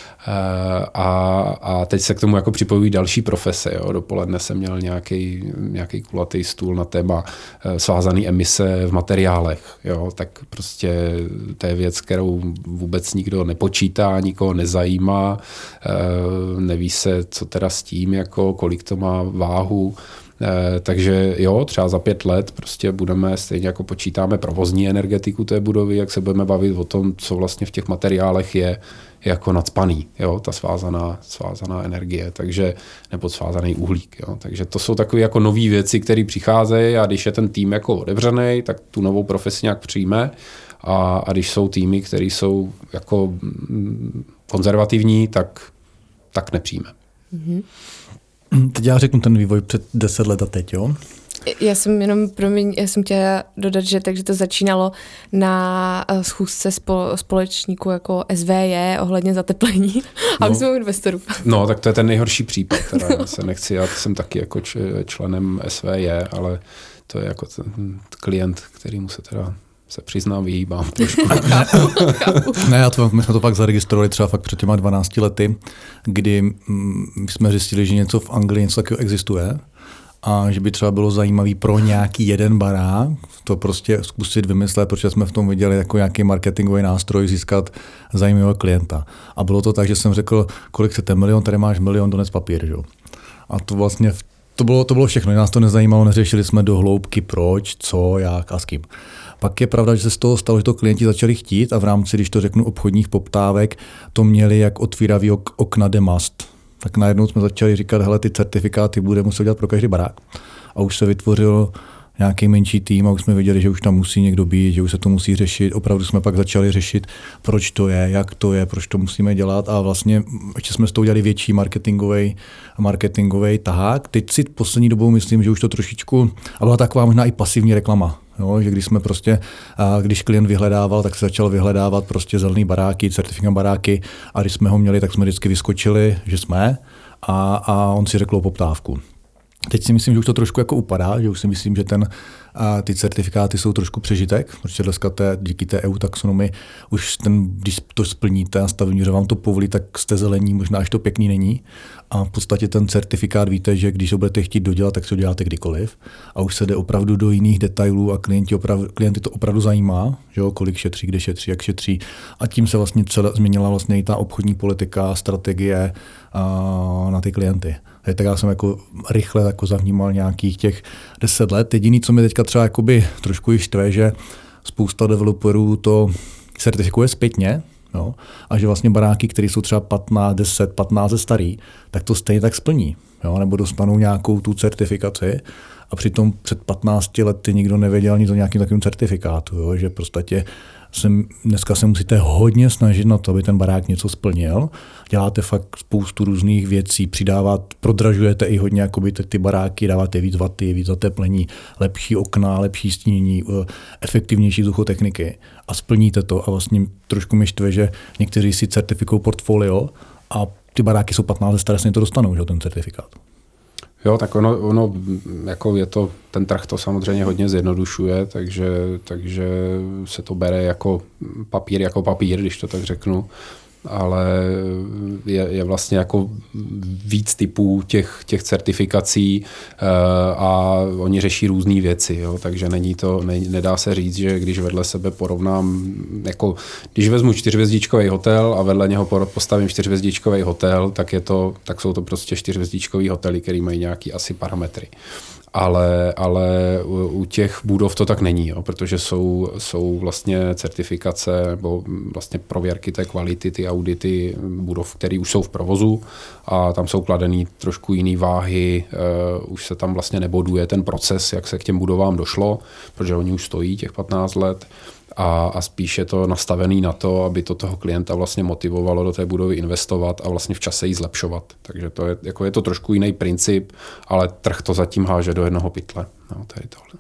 A, a teď se k tomu jako připojují další profese. Jo. Dopoledne jsem měl nějaký, nějaký kulatý stůl na téma svázaný emise v materiálech. Jo. Tak prostě to je věc, kterou vůbec nikdo nepočítá, nikoho nezajímá. Neví se, co teda s tím, jako, kolik to má váhu. Takže jo, třeba za pět let prostě budeme, stejně jako počítáme provozní energetiku té budovy, jak se budeme bavit o tom, co vlastně v těch materiálech je jako nacpaný, jo, ta svázaná, svázaná energie, takže, nebo svázaný uhlík. Jo. Takže to jsou takové jako nové věci, které přicházejí a když je ten tým jako otevřený, tak tu novou profesi nějak přijme a, a když jsou týmy, které jsou jako konzervativní, tak, tak nepřijme. Mm-hmm. Teď já řeknu ten vývoj před deset let a teď, jo? Já jsem jenom, promiň, já jsem chtěla dodat, že takže to začínalo na schůzce spo, společníků jako S V J ohledně zateplení a my jsme u investorů. No, tak to je ten nejhorší případ, teda já se nechci, já jsem taky jako členem S V J, ale to je jako ten klient, kterýmu se teda se přiznám, vyhýbám trošku. Ne, já to, my jsme to pak zaregistrovali třeba fakt před těma dvanácti lety, kdy mm, jsme zjistili, že něco v Anglii něco takového existuje a že by třeba bylo zajímavý pro nějaký jeden barák to prostě zkusit vymyslet, protože jsme v tom viděli jako nějaký marketingový nástroj získat zajímavého klienta. A bylo to tak, že jsem řekl, kolik chcete milion, tady máš milion, donec papír. Že? A to vlastně to bylo, to bylo všechno, nás to nezajímalo, neřešili jsme do hloubky proč, co, jak a s kým. Pak je pravda, že se z toho stalo, že to klienti začali chtít a v rámci, když to řeknu, obchodních poptávek, to měli jak otvíravý ok- okna demast. Tak najednou jsme začali říkat, hele, ty certifikáty bude muset dělat pro každý barák. A už se vytvořil nějaký menší tým a už jsme viděli, že už tam musí někdo být, že už se to musí řešit. Opravdu jsme pak začali řešit, proč to je, jak to je, proč to musíme dělat a vlastně ještě jsme z toho dělali větší marketingový marketingový tahák. Teď si poslední dobou myslím, že už to trošičku, a byla taková možná i pasivní reklama. Jo, že když jsme prostě, když klient vyhledával, tak se začal vyhledávat prostě zelený baráky, certifikát baráky a když jsme ho měli, tak jsme vždycky vyskočili, že jsme a, a on si řekl poptávku. Teď si myslím, že už to trošku jako upadá, že už si myslím, že ten, a ty certifikáty jsou trošku přežitek, protože dneska té, díky té E U taxonomii už ten, když to splníte a stavební že vám to povolí, tak jste zelení, možná až to pěkný není. A v podstatě ten certifikát víte, že když ho budete chtít dodělat, tak si ho děláte kdykoliv. A už se jde opravdu do jiných detailů a klienti, opravdu, klienty to opravdu zajímá, že jo, kolik šetří, kde šetří, jak šetří. A tím se vlastně celé, změnila vlastně i ta obchodní politika, strategie a, na ty klienty. Tak já jsem jako rychle jako zavnímal nějakých těch deset let. Jediný, co mi teďka třeba jakoby trošku již štve, že spousta developerů to certifikuje zpětně, jo, a že vlastně baráky, které jsou třeba patnáct, deset, patnáct starý, tak to stejně tak splní, jo, nebo dostanou nějakou tu certifikaci a přitom před patnácti lety nikdo nevěděl nic o nějakým takovým certifikátu, jo, že prostě Sem, dneska se musíte hodně snažit na to, aby ten barák něco splnil. Děláte fakt spoustu různých věcí, přidávat, prodražujete i hodně jakoby ty, ty baráky, dáváte víc vaty, víc zateplení, lepší okna, lepší stínění, efektivnější vzduchotechniky a splníte to. A vlastně trošku mi štve, že někteří si certifikují portfolio a ty baráky jsou patnáct let staré, se to dostanou, že, ten certifikát. Jo, tak ono, ono jako je to, ten trh to samozřejmě hodně zjednodušuje, takže, takže se to bere jako papír, jako papír, když to tak řeknu. Ale je, je vlastně jako víc typů těch, těch certifikací uh, a oni řeší různé věci, jo? Takže není to, ne, nedá se říct, že když vedle sebe porovnám, jako když vezmu čtyřhvězdičkový hotel a vedle něho postavím čtyřhvězdičkový hotel, tak, je to, tak jsou to prostě čtyřhvězdičkový hotely, který mají nějaký asi parametry. Ale, ale u těch budov to tak není, jo, protože jsou, jsou vlastně certifikace nebo vlastně prověrky té kvality, ty audity budov, které už jsou v provozu a tam jsou kladený trošku jiný váhy, uh, už se tam vlastně neboduje ten proces, jak se k těm budovám došlo, protože oni už stojí těch patnáct let. A, a spíš je to nastavený na to, aby to toho klienta vlastně motivovalo do té budovy investovat a vlastně v čase ji zlepšovat. Takže to je, jako je to trošku jiný princip, ale trh to zatím háže do jednoho pytle. No, tady tohle.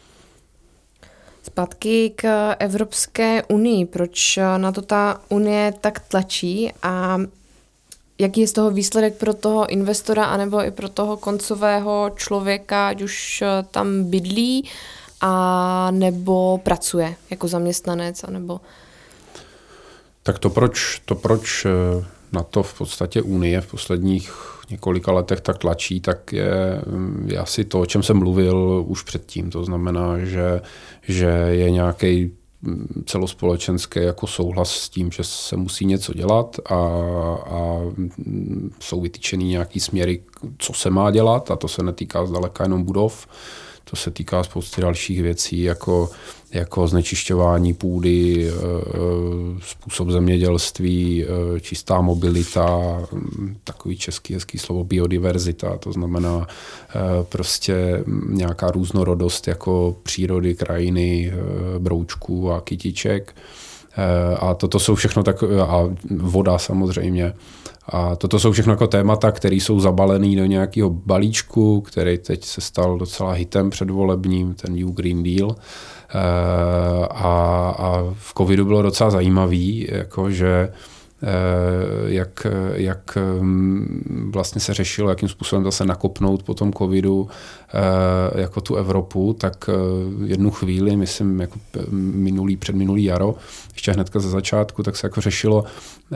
Zpátky k Evropské unii. Proč na to ta unie tak tlačí a jaký je z toho výsledek pro toho investora anebo i pro toho koncového člověka, ať už tam bydlí, a nebo pracuje jako zaměstnanec, anebo... Tak to proč, to, proč na to v podstatě Unie v posledních několika letech tak tlačí, tak je, je asi to, o čem jsem mluvil už předtím. To znamená, že, že je nějaký celospolečenský jako souhlas s tím, že se musí něco dělat a, a jsou vytyčený nějaký směry, co se má dělat, a to se netýká zdaleka jenom budov. To se týká spousty dalších věcí, jako, jako znečišťování půdy, způsob zemědělství, čistá mobilita, takový český hezký slovo biodiverzita, to znamená prostě nějaká různorodost jako přírody, krajiny, broučků a kytiček. A toto jsou všechno takové, a voda samozřejmě. A toto jsou všechno jako témata, které jsou zabalené do nějakého balíčku, který teď se stal docela hitem předvolebním, ten New Green Deal. A, a v covidu bylo docela zajímavý, jako že jak, jak vlastně se řešilo, jakým způsobem zase nakopnout po tom covidu jako tu Evropu, tak jednu chvíli, myslím, jako minulý, předminulý jaro, ještě hnedka ze začátku, tak se jako řešilo,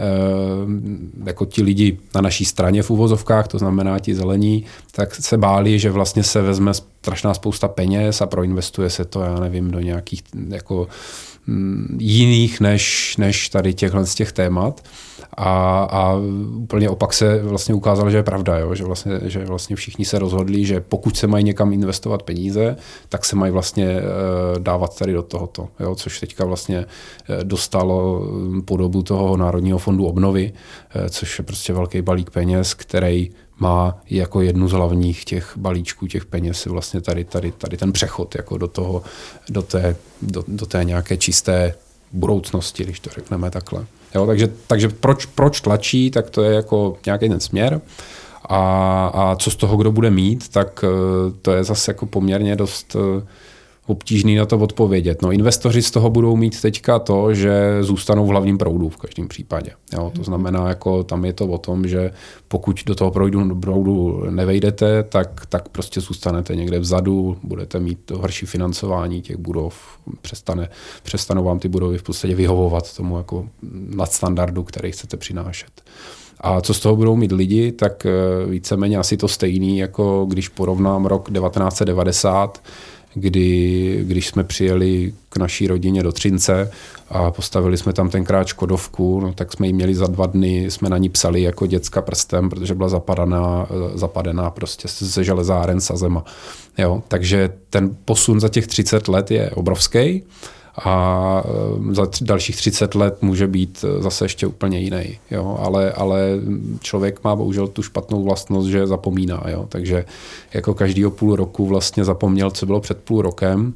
jako ti lidi na naší straně v uvozovkách, to znamená ti zelení, tak se báli, že vlastně se vezme strašná spousta peněz a proinvestuje se to, já nevím, do nějakých jako jiných než, než tady těchhle z těch témat. A, a úplně opak se vlastně ukázalo, že je pravda, jo? Že, vlastně, že vlastně všichni se rozhodli, že pokud se mají někam investovat peníze, tak se mají vlastně uh, dávat tady do tohoto, jo? Což teďka vlastně uh, dostalo podobu toho Národního fondu obnovy, uh, což je prostě velký balík peněz, který má jako jednu z hlavních těch balíčků těch peněz vlastně tady, tady, tady ten přechod jako do toho, do té, do, do té nějaké čisté budoucnosti, když to řekneme takhle. Jo, takže takže proč, proč tlačí, tak to je jako nějaký ten směr. A, a co z toho kdo bude mít, tak to je zase jako poměrně dost obtížný na to odpovědět. No, investoři z toho budou mít teďka to, že zůstanou v hlavním proudu v každém případě. Jo, to znamená, jako tam je to o tom, že pokud do toho proudu, proudu nevejdete, tak, tak prostě zůstanete někde vzadu, budete mít to horší financování těch budov, přestane, přestanou vám ty budovy v podstatě vyhovovat tomu jako nadstandardu, který chcete přinášet. A co z toho budou mít lidi, tak víceméně asi to stejný, jako když porovnám rok devatenáct set devadesát, kdy, když jsme přijeli k naší rodině do Třince a postavili jsme tam tenkrát Škodovku, no, tak jsme ji měli za dva dny, jsme na ní psali jako děcka prstem, protože byla zapadaná, zapadená prostě ze železáren sazema. Jo, takže ten posun za těch třicet let je obrovský a za dalších třicet let může být zase ještě úplně jiný. Jo? Ale, ale člověk má bohužel tu špatnou vlastnost, že zapomíná. Jo? Takže jako každýho půl roku vlastně zapomněl, co bylo před půl rokem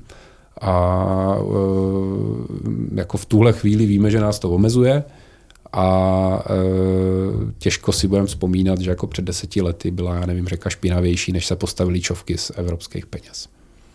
a jako v tuhle chvíli víme, že nás to omezuje a těžko si budeme vzpomínat, že jako před deseti lety byla, já nevím, řeka špinavější, než se postavily čovky z evropských peněz.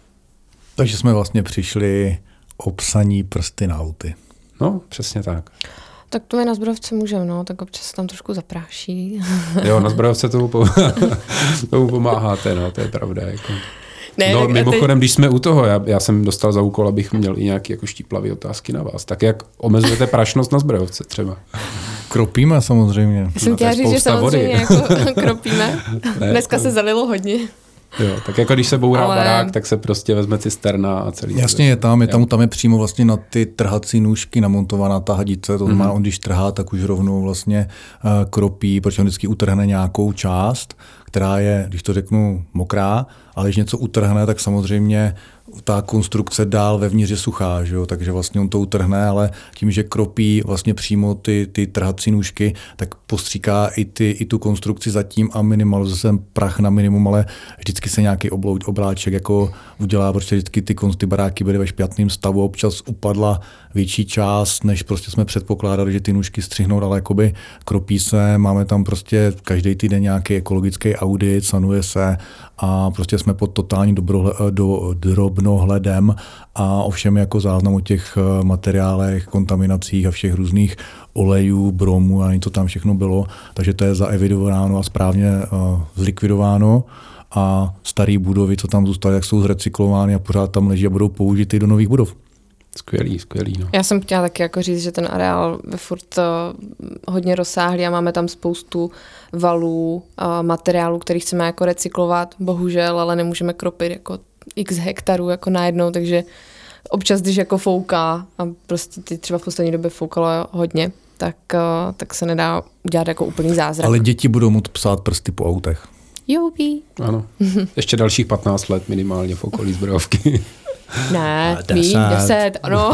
Takže jsme vlastně přišli obsaní prsty na auty. No, přesně tak. Tak to je na zbrojovce můžeme, no, tak občas se tam trošku zapráší. Jo, na zbrojovce tomu, pomáhá, tomu pomáháte, no, to je pravda. Jako. Ne, no, tak mimochodem, teď... když jsme u toho, já, já jsem dostal za úkol, abych měl i nějaké jako štíplavé otázky na vás. Tak jak omezujete prašnost na zbrojovce třeba? Kropíme samozřejmě. Jsem chtěla říct, že samozřejmě jako kropíme. Ne, Dneska to... se zalilo hodně. Jo, tak jako když se bourá Ale... barák, tak se prostě vezme cisterna a celý. Jasně je tam, je tam, tam je přímo vlastně na ty trhací nůžky namontovaná ta hadice, to znamená, mm-hmm. on když trhá, tak už rovnou vlastně uh, kropí, protože on vždycky utrhne nějakou část, která je, když to řeknu, mokrá, ale když něco utrhne, tak samozřejmě ta konstrukce dál vevnitř je suchá, že jo? Takže vlastně on to utrhne, ale tím, že kropí vlastně přímo ty, ty trhací nůžky, tak postříká i, ty, i tu konstrukci zatím a minimalizuje se prach na minimum, ale vždycky se nějaký oblouč, obláček jako udělá, protože vždycky ty, ty baráky byly ve špatném stavu, občas upadla větší část, než prostě jsme předpokládali, že ty nůžky střihnou, ale jakoby kropí se, máme tam prostě každý týden nějaký ekologický audit, sanuje se a prostě jsme pod totální dobrohle, do, drobnohledem a ovšem jako záznam o těch materiálech, kontaminacích a všech různých olejů, bromů a to tam všechno bylo, takže to je zaevidováno a správně uh, zlikvidováno a staré budovy, co tam zůstaly, jak jsou zrecyklovány a pořád tam leží a budou použity do nových budov. Skvělý, skvělý. No. Já jsem chtěla taky jako říct, že ten areál je furt uh, hodně rozsáhlý a máme tam spoustu valů, uh, materiálů, který chceme jako recyklovat, bohužel, ale nemůžeme kropit jako x hektarů jako najednou, takže občas, když jako fouká a prostě ty třeba v poslední době foukalo hodně, tak, uh, tak se nedá udělat jako úplný zázrak. Ale děti budou moct psát prsty po autech. Joupí. Ano. Ještě dalších patnáct let minimálně v okolí Zbrojovky. Ne, mít deset, ano.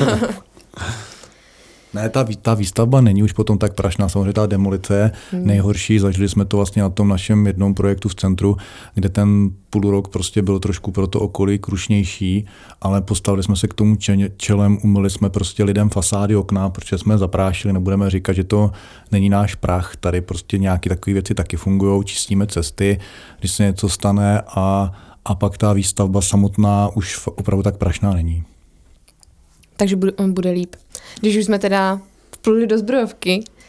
Ne, ta, ta výstavba není už potom tak prašná, samozřejmě ta demolice je hmm. nejhorší. Zažili jsme to vlastně na tom našem jednom projektu v centru, kde ten půl rok prostě byl trošku pro to okolí krušnější, ale postavili jsme se k tomu čelem, umyli jsme prostě lidem fasády, okna, protože jsme zaprášili, nebudeme říkat, že to není náš prach, tady prostě nějaké takové věci taky fungují, čistíme cesty, když se něco stane a, a pak ta výstavba samotná už opravdu tak prašná není. Takže bude, bude líp. Když už jsme teda vpluli do Zbrojovky,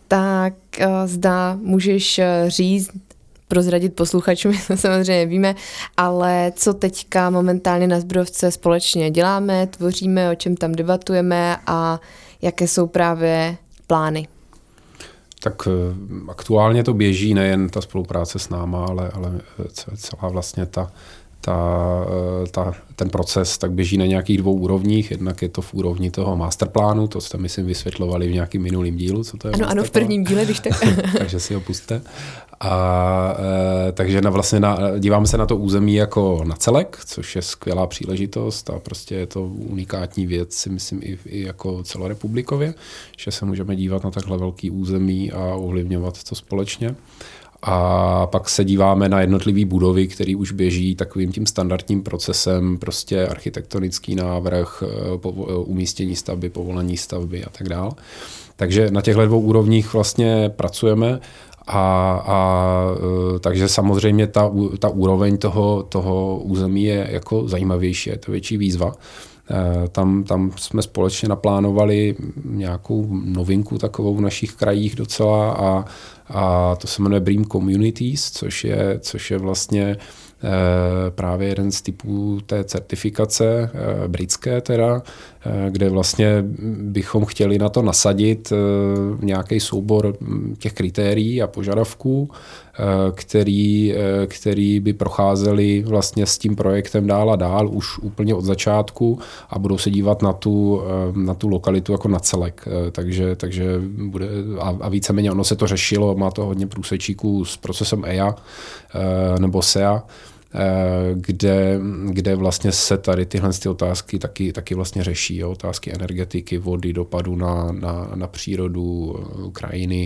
tak uh, zda můžeš uh, říct, prozradit posluchačům, to samozřejmě víme, ale co teďka momentálně na Zbrojovce společně děláme, tvoříme, o čem tam debatujeme a jaké jsou právě plány? Tak aktuálně to běží nejen ta spolupráce s náma, ale, ale celá vlastně ta, ta, ta, ten proces tak běží na nějakých dvou úrovních. Jednak je to v úrovni toho masterplánu, to jste myslím vysvětlovali v nějakém minulém dílu, co to je. Ano, ano, v prvním díle, když tak. Takže si ho pusťte. A e, takže na vlastně na, díváme se na to území jako na celek, což je skvělá příležitost a prostě je to unikátní věc, si myslím i, i jako celorepublikově, že se můžeme dívat na takhle velký území a ovlivňovat to společně. A pak se díváme na jednotlivé budovy, které už běží takovým tím standardním procesem, prostě architektonický návrh, umístění stavby, povolení stavby a tak dále. Takže na těchto dvou úrovních vlastně pracujeme. A, a takže samozřejmě ta, ta úroveň toho, toho území je jako zajímavější, je to větší výzva. Tam, tam jsme společně naplánovali nějakou novinku takovou v našich krajích docela a, a to se jmenuje Bream Communities, což je, což je vlastně právě jeden z typů té certifikace, britské teda, kde vlastně bychom chtěli na to nasadit nějaký soubor těch kritérií a požadavků, který, který by procházely vlastně s tím projektem dál a dál, už úplně od začátku a budou se dívat na tu, na tu lokalitu jako na celek. Takže, takže bude, a, a víceméně ono se to řešilo, má to hodně průsečíků s procesem E I A nebo S E A, Kde, kde vlastně se tady tyhle ty otázky taky, taky vlastně řeší. Jo? Otázky energetiky, vody, dopadu na, na, na přírodu, krajiny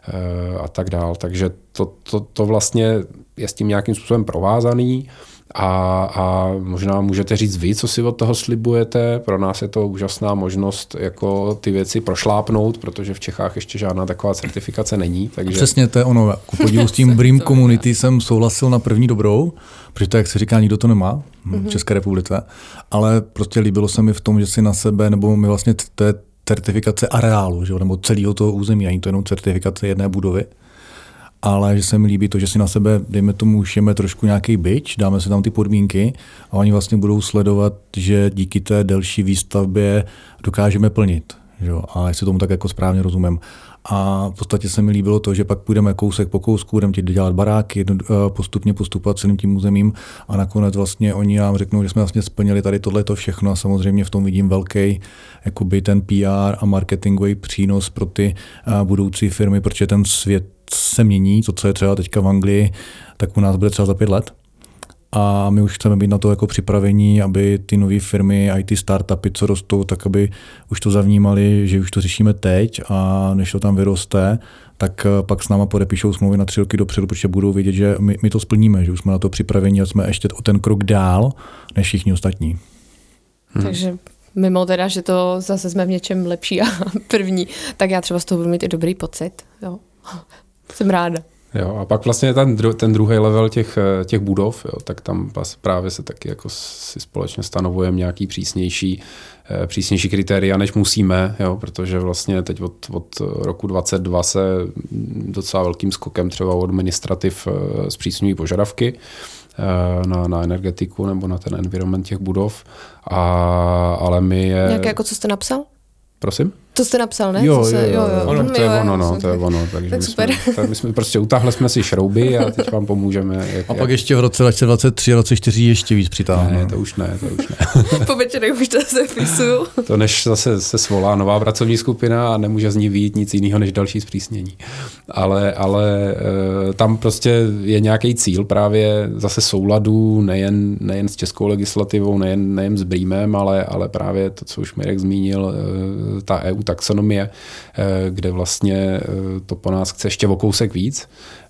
a tak dál. Takže to, to, to vlastně je s tím nějakým způsobem provázaný. A, a možná můžete říct vy, co si od toho slibujete. Pro nás je to úžasná možnost jako ty věci prošlápnout, protože v Čechách ještě žádná taková certifikace není. Takže... Přesně, to je ono. Ku podivu s tím Bream Community jsem souhlasil na první dobrou, protože to, jak se říká, nikdo to nemá v České republice, ale prostě líbilo se mi v tom, že si na sebe, nebo my vlastně to je certifikace areálu, že? Nebo celého toho území, ani to jenom certifikace jedné budovy. Ale že se mi líbí to, že si na sebe, dejme tomu, ušijeme trošku nějaký bič, dáme si tam ty podmínky a oni vlastně budou sledovat, že díky té delší výstavbě dokážeme plnit. Jo? A jestli tomu tak jako správně rozumím. A v podstatě se mi líbilo to, že pak půjdeme kousek po kousku, budeme ti dělat baráky, postupně postupovat celým tím územím a nakonec vlastně oni nám řeknou, že jsme vlastně splnili tady tohleto všechno a samozřejmě v tom vidím velký jakoby ten P R a marketingový přínos pro ty budoucí firmy, protože ten svět se mění, to, co je třeba teďka v Anglii, tak u nás bude třeba za pět let. A my už chceme být na to jako připravení, aby ty nové firmy, i ty startupy, co rostou, tak aby už to zavnímali, že už to řešíme teď a než to tam vyroste, tak pak s náma podepíšou smlouvy na tři roky dopředu, protože budou vědět, že my, my to splníme, že už jsme na to připraveni a jsme ještě o ten krok dál než všichni ostatní. Hmm. Takže mimo teda, že to zase jsme v něčem lepší a první, tak já třeba z toho budu mít i dobrý pocit. Jo. Jsem ráda. Jo, a pak vlastně ten, dru, ten druhý level těch, těch budov, jo, tak tam právě se taky jako si společně stanovujeme nějaký přísnější, přísnější kritéria, než musíme, jo, protože vlastně teď od, od roku dvacet dva se docela velkým skokem třeba od administrativ zpřísňují požadavky na, na energetiku nebo na ten environment těch budov, a, ale my je... Jak jako co jste napsal? Prosím? To jste napsal, ne? Jo, se, jo, jo, jo. Ono, to je jo, ono, jo, no, to je ono. Takže tak my super. jsme, tak my jsme prostě utáhli jsme si šrouby a teď vám pomůžeme. Jak, a pak jak... ještě v roce dva tisíce dvacet tři a dvacet čtyři ještě víc přitáhne. Ne, to už ne, to už ne. Po večerech už to se vpisuju. To než zase se svolá nová pracovní skupina a nemůže z ní vyjít nic jiného než další zpřísnění. Ale, ale tam prostě je nějaký cíl právě zase souladu nejen, nejen s českou legislativou, nejen, nejen s Breamem, ale, ale právě to, co už Mirek zmínil, ta E U taxonomie, kde vlastně to po nás chce ještě o kousek víc.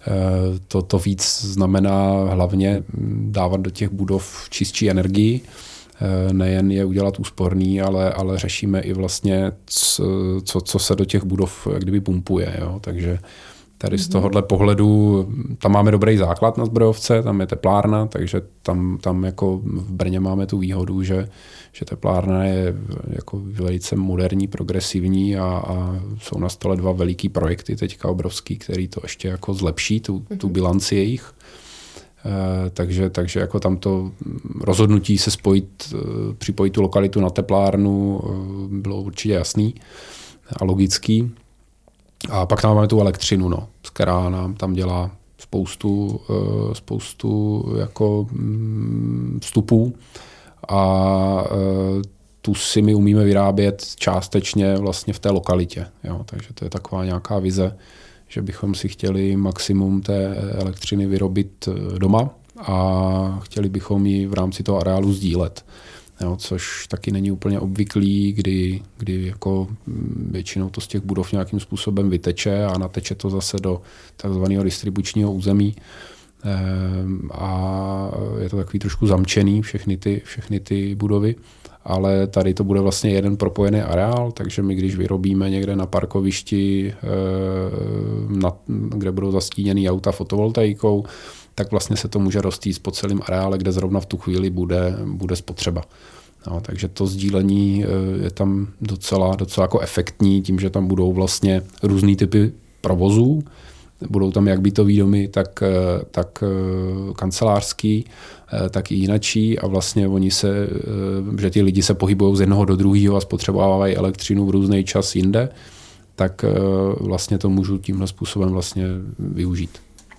To, to víc znamená hlavně dávat do těch budov čistší energii, nejen je udělat úsporný, ale, ale řešíme i vlastně, co, co se do těch budov jak kdyby pumpuje. Jo? Takže, Tady z tohohle pohledu, tam máme dobrý základ na Zbrojovce, tam je teplárna, takže tam, tam jako v Brně máme tu výhodu, že, že teplárna je jako velice moderní, progresivní a, a jsou na stole dva veliký projekty teďka obrovský, který to ještě jako zlepší, tu, tu bilanci jejich. E, takže, takže jako tam to rozhodnutí se spojit, připojit tu lokalitu na teplárnu bylo určitě jasný a logický. A pak tam máme tu elektřinu, no, která nám tam dělá spoustu, spoustu jako vstupů a tu si my umíme vyrábět částečně vlastně v té lokalitě. Jo. Takže to je taková nějaká vize, že bychom si chtěli maximum té elektřiny vyrobit doma a chtěli bychom ji v rámci toho areálu sdílet. Jo, což taky není úplně obvyklý, kdy, kdy jako většinou to z těch budov nějakým způsobem vyteče a nateče to zase do takzvaného distribučního území. Ehm, a je to takový trošku zamčený, všechny ty, všechny ty budovy. Ale tady to bude vlastně jeden propojený areál, takže my když vyrobíme někde na parkovišti, na, kde budou zastíněný auta fotovoltaikou, tak vlastně se to může roztýct po celém areále, kde zrovna v tu chvíli bude, bude spotřeba. No, takže to sdílení je tam docela, docela jako efektní, tím, že tam budou vlastně různý typy provozů. Budou tam jak bytový domy, tak, tak kancelářský, tak i jinačí a vlastně oni se, že ti lidi se pohybují z jednoho do druhého a spotřebovávají elektřinu v různý čas jinde, tak vlastně to můžu tímhle způsobem vlastně využít.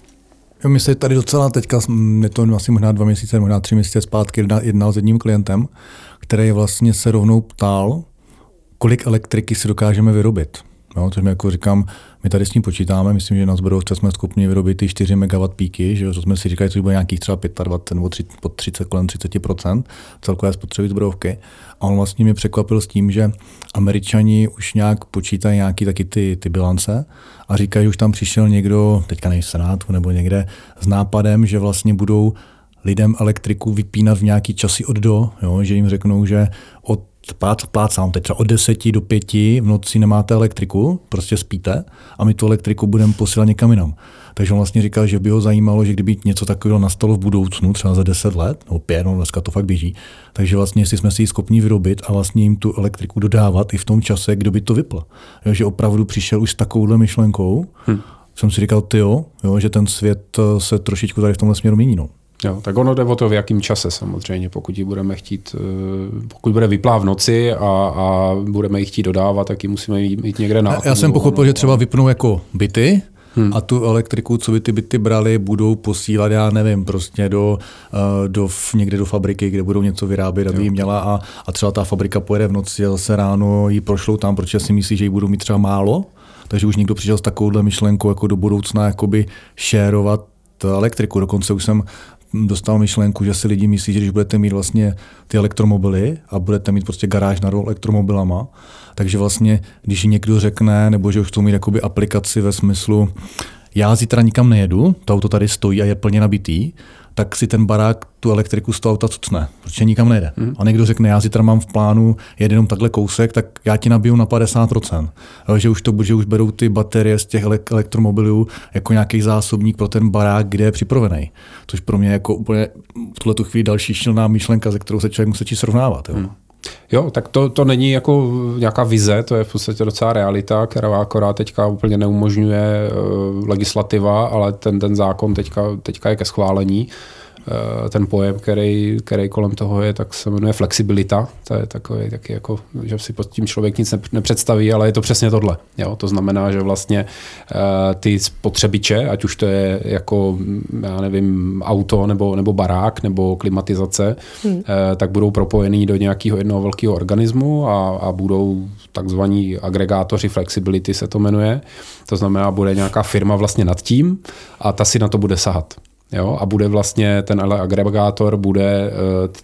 Jo, my se tady docela teďka, je to asi možná dva měsíce, možná tři měsíce zpátky, jednal s jedním klientem, který vlastně se rovnou ptal, kolik elektriky si dokážeme vyrobit. No, což mi jako říkám, my tady s ním počítáme, myslím, že na Zbrojovce jsme schopni vyrobit ty čtyři megawatt píky, že to jsme si říkali, že bude nějakých třeba dvacet pět nebo pod třicet, kolem třicet procent celkové spotřeby Zbrojovky. A on vlastně mě překvapil s tím, že Američani už nějak počítají nějaký taky ty, ty bilance a říkají, že už tam přišel někdo, teďka nej v Senátu nebo někde, s nápadem, že vlastně budou lidem elektriku vypínat v nějaký časy od do, jo, že jim řeknou, že od plácám teď třeba od deseti do pěti v noci nemáte elektriku, prostě spíte a my tu elektriku budeme posílat někam jinam. Takže on vlastně říkal, že by ho zajímalo, že kdyby něco takového nastalo v budoucnu, třeba za deset let, nebo pět, no dneska to fakt běží, takže vlastně jestli jsme si ji schopni vyrobit a vlastně jim tu elektriku dodávat i v tom čase, kdo by to vypl. Jo, že opravdu přišel už s takovouhle myšlenkou, hmm. jsem si říkal, tyjo, jo, že ten svět se trošičku tady v tomhle směru mění. No. Jo, tak ono jde o to, v jakém čase samozřejmě, pokud ji budeme chtít, pokud bude vyplá v noci a, a budeme ji chtít dodávat, tak ji musíme mít někde na. Já jsem pochopil, že třeba vypnou jako byty hmm. a tu elektriku, co by ty byty brali, budou posílat, já nevím, prostě do, do někde do fabriky, kde budou něco vyrábět, aby ji měla a, a třeba ta fabrika pojede v noci a zase ráno ji prošlou tam, protože si myslí, že ji budou mít třeba málo, takže už někdo přišel s takovouhle myšlenkou jako do budoucna jakoby šérovat elektriku. Dokonce už jsem dostal myšlenku, že si lidi myslí, že když budete mít vlastně ty elektromobily a budete mít prostě garáž nad elektromobilama, takže vlastně, když někdo řekne, nebo že už chcou mít jakoby aplikaci ve smyslu, já zítra nikam nejedu, to auto tady stojí a je plně nabitý, tak si ten barák tu elektriku z toho auta cucne, protože nikam nejde. Hmm. A někdo řekne, já zítra mám v plánu jet jenom takhle kousek, tak já ti nabiju na padesát procent. Že už to, že už berou ty baterie z těch elektromobilů jako nějaký zásobník pro ten barák, kde je připravený. Což pro mě jako úplně v tuhletu chvíli další šilná myšlenka, ze kterou se člověk musí srovnávat. Jo. Hmm. Jo, tak to, to není jako nějaká vize, to je v podstatě docela realita, která akorát teďka úplně neumožňuje uh, legislativa, ale ten, ten zákon teďka, teďka je ke schválení. Uh, ten pojem, který, který kolem toho je, tak se jmenuje flexibilita. To je takový taky jako, že si pod tím člověk nic nepředstaví, ale je to přesně tohle. Jo, to znamená, že vlastně uh, ty spotřebiče, ať už to je jako, já nevím, auto nebo, nebo barák nebo klimatizace, hmm. uh, tak budou propojený do nějakého jednoho velkého organismu a, a budou takzvaní agregátoři flexibility se to jmenuje. To znamená, bude nějaká firma vlastně nad tím a ta si na to bude sahat. Jo, a bude vlastně ten agregátor bude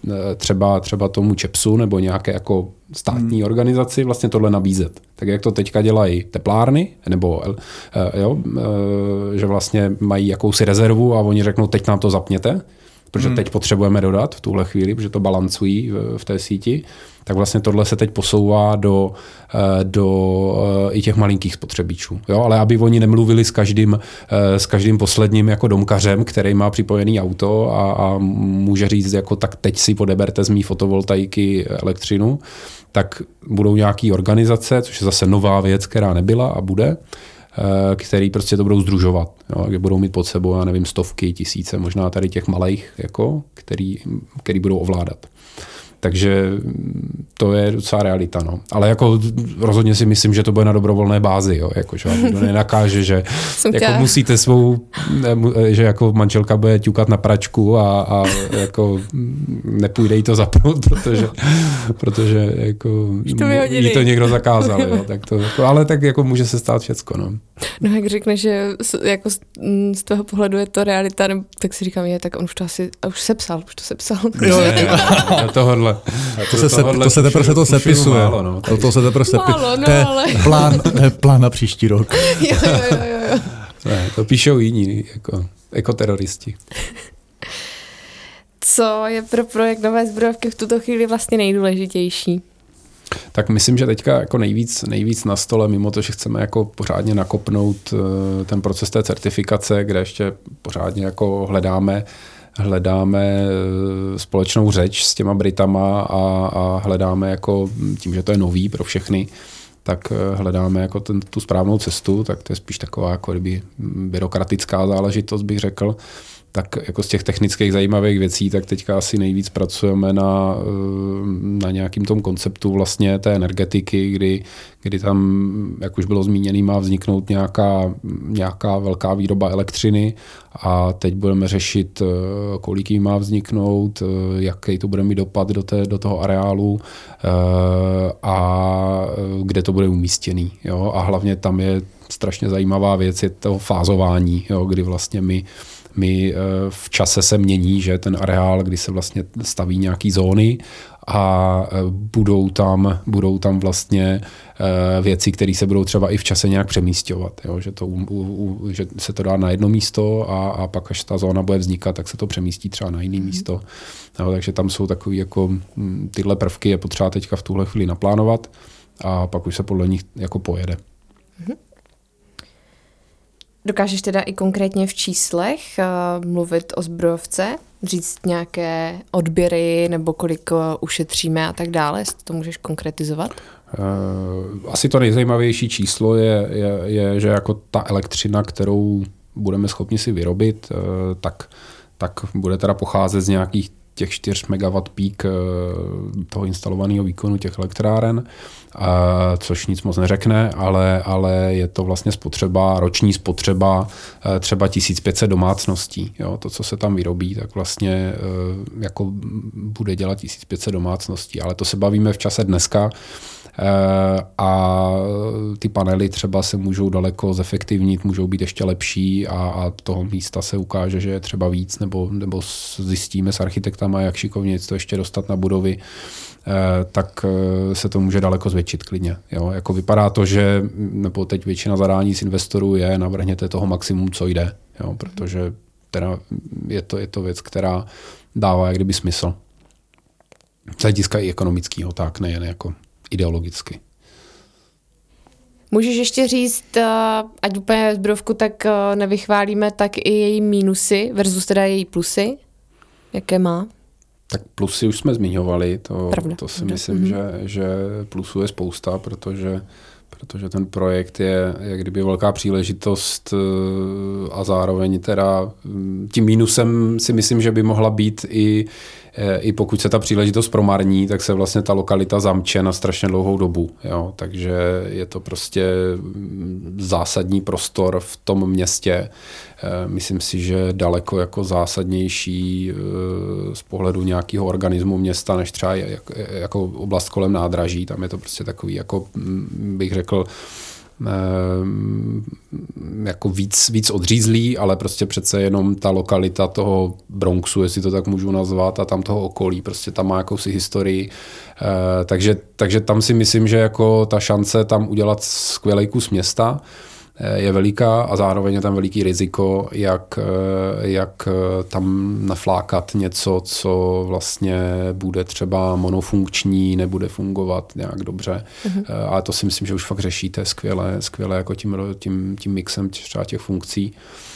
třeba, třeba tomu ČEPSu nebo nějaké jako státní hmm. organizaci vlastně tohle nabízet. Tak jak to teďka dělají teplárny, nebo jo, že vlastně mají jakousi rezervu a oni řeknou, teď nám to zapněte, protože hmm. teď potřebujeme dodat v tuhle chvíli, protože to balancují v, v té síti, tak vlastně tohle se teď posouvá do, do i těch malinkých spotřebičů. Jo? Ale aby oni nemluvili s každým, s každým posledním jako domkařem, který má připojený auto a, a může říct, jako tak teď si odeberte z mý fotovoltaiky elektřinu, tak budou nějaký organizace, což je zase nová věc, která nebyla a bude, který prostě to budou sdružovat, jo, kde budou mít pod sebou, já nevím, stovky, tisíce, možná tady těch malých, jako, který, který budou ovládat. Takže to je docela realita, no. Ale jako rozhodně si myslím, že to bude na dobrovolné bázi, jo, jako, že vám to nenakáže, že jako musíte svou, že jako manželka bude ťukat na pračku a, a jako nepůjde jí to zapnout, protože, protože jako jí to někdo zakázal, jo, tak to, jako, ale tak jako může se stát všecko, no. No jak řekneš, že jako z, z tvého pohledu je to realita, tak si říkám, je, tak on už to asi, a už sepsal, už to sepsal. Jo, ne, tohodle. To se, se, to se teprve se to sepisuje. Málo, no. to, to se teprve sepisuje. No, to je ale... plán, plán na příští rok. jo, jo, jo, jo. Ne, to píšou jiní, jako ekoteroristi. Co je pro projekt Nové zbrojovky v tuto chvíli vlastně nejdůležitější? Tak myslím, že teďka jako nejvíc, nejvíc na stole, mimo to, že chceme jako pořádně nakopnout ten proces té certifikace, kde ještě pořádně jako hledáme hledáme společnou řeč s těma Britama a, a hledáme jako tím, že to je nový pro všechny, tak hledáme jako ten, tu správnou cestu, tak to je spíš taková jako kdyby byrokratická záležitost, bych řekl. Tak jako z těch technických zajímavých věcí, tak teďka asi nejvíc pracujeme na, na nějakým tom konceptu vlastně té energetiky, kdy, kdy tam, jak už bylo zmíněný, má vzniknout nějaká, nějaká velká výroba elektřiny a teď budeme řešit, kolik jí má vzniknout, jaký to bude mít dopad do, té, do toho areálu a kde to bude umístěný. Jo? A hlavně tam je strašně zajímavá věc, je to fázování, jo? Kdy vlastně my My v čase se mění, že ten areál, kdy se vlastně staví nějaký zóny a budou tam, budou tam vlastně věci, které se budou třeba i v čase nějak přemísťovat. Jo? Že, to, že se to dá na jedno místo a, a pak, až ta zóna bude vznikat, tak se to přemístí třeba na jiné mm. místo. Jo? Takže tam jsou takové jako tyhle prvky, je potřeba teďka v tuhle chvíli naplánovat a pak už se podle nich jako pojede. Mm. Dokážeš teda i konkrétně v číslech uh, mluvit o zbrojovce, říct nějaké odběry nebo kolik uh, ušetříme a tak dále, jestli to můžeš konkretizovat? Uh, asi to nejzajímavější číslo je, je, je, že jako ta elektřina, kterou budeme schopni si vyrobit, uh, tak, tak bude teda pocházet z nějakých těch čtyři megawattů pík toho instalovaného výkonu těch elektráren, což nic moc neřekne, ale, ale je to vlastně spotřeba, roční spotřeba třeba tisíc pět set domácností. Jo, to, co se tam vyrobí, tak vlastně jako bude dělat tisíc pět set domácností, ale to se bavíme v čase dneska, a ty panely třeba se můžou daleko zefektivnit, můžou být ještě lepší a, a toho místa se ukáže, že je třeba víc, nebo, nebo zjistíme s architektama, jak šikovně to ještě dostat na budovy, tak se to může daleko zvětšit klidně. Jo? Jako vypadá to, že nebo teď většina zadání z investorů je, navrhněte toho maximum, co jde, jo? Protože teda je, to, je to věc, která dává jak kdyby smysl. Z hlediska i ekonomického, tak nejen jako ideologicky. Můžeš ještě říct, ať úplně zbrojovku tak nevychválíme, tak i její mínusy versus teda její plusy? Jaké má? Tak plusy už jsme zmiňovali, to, to si Pravda. myslím, mm-hmm. že, že plusů je spousta, protože, protože ten projekt je jak kdyby velká příležitost a zároveň teda tím mínusem si myslím, že by mohla být i I pokud se ta příležitost promarní, tak se vlastně ta lokalita zamče na strašně dlouhou dobu. Jo? Takže je to prostě zásadní prostor v tom městě. Myslím si, že daleko jako zásadnější z pohledu nějakého organismu města, než třeba jako oblast kolem nádraží. Tam je to prostě takový, jako bych řekl, jako víc, víc odřízlý, ale prostě přece jenom ta lokalita toho Bronxu, jestli to tak můžu nazvat, a tam toho okolí, prostě tam má jakousi historii. Takže, takže tam si myslím, že jako ta šance tam udělat skvělý kus města je veliká a zároveň je tam veliký riziko, jak, jak tam naflákat něco, co vlastně bude třeba monofunkční, nebude fungovat nějak dobře. Mm-hmm. A to si myslím, že už fakt řešíte skvěle, skvěle jako tím, tím, tím mixem třeba těch funkcí.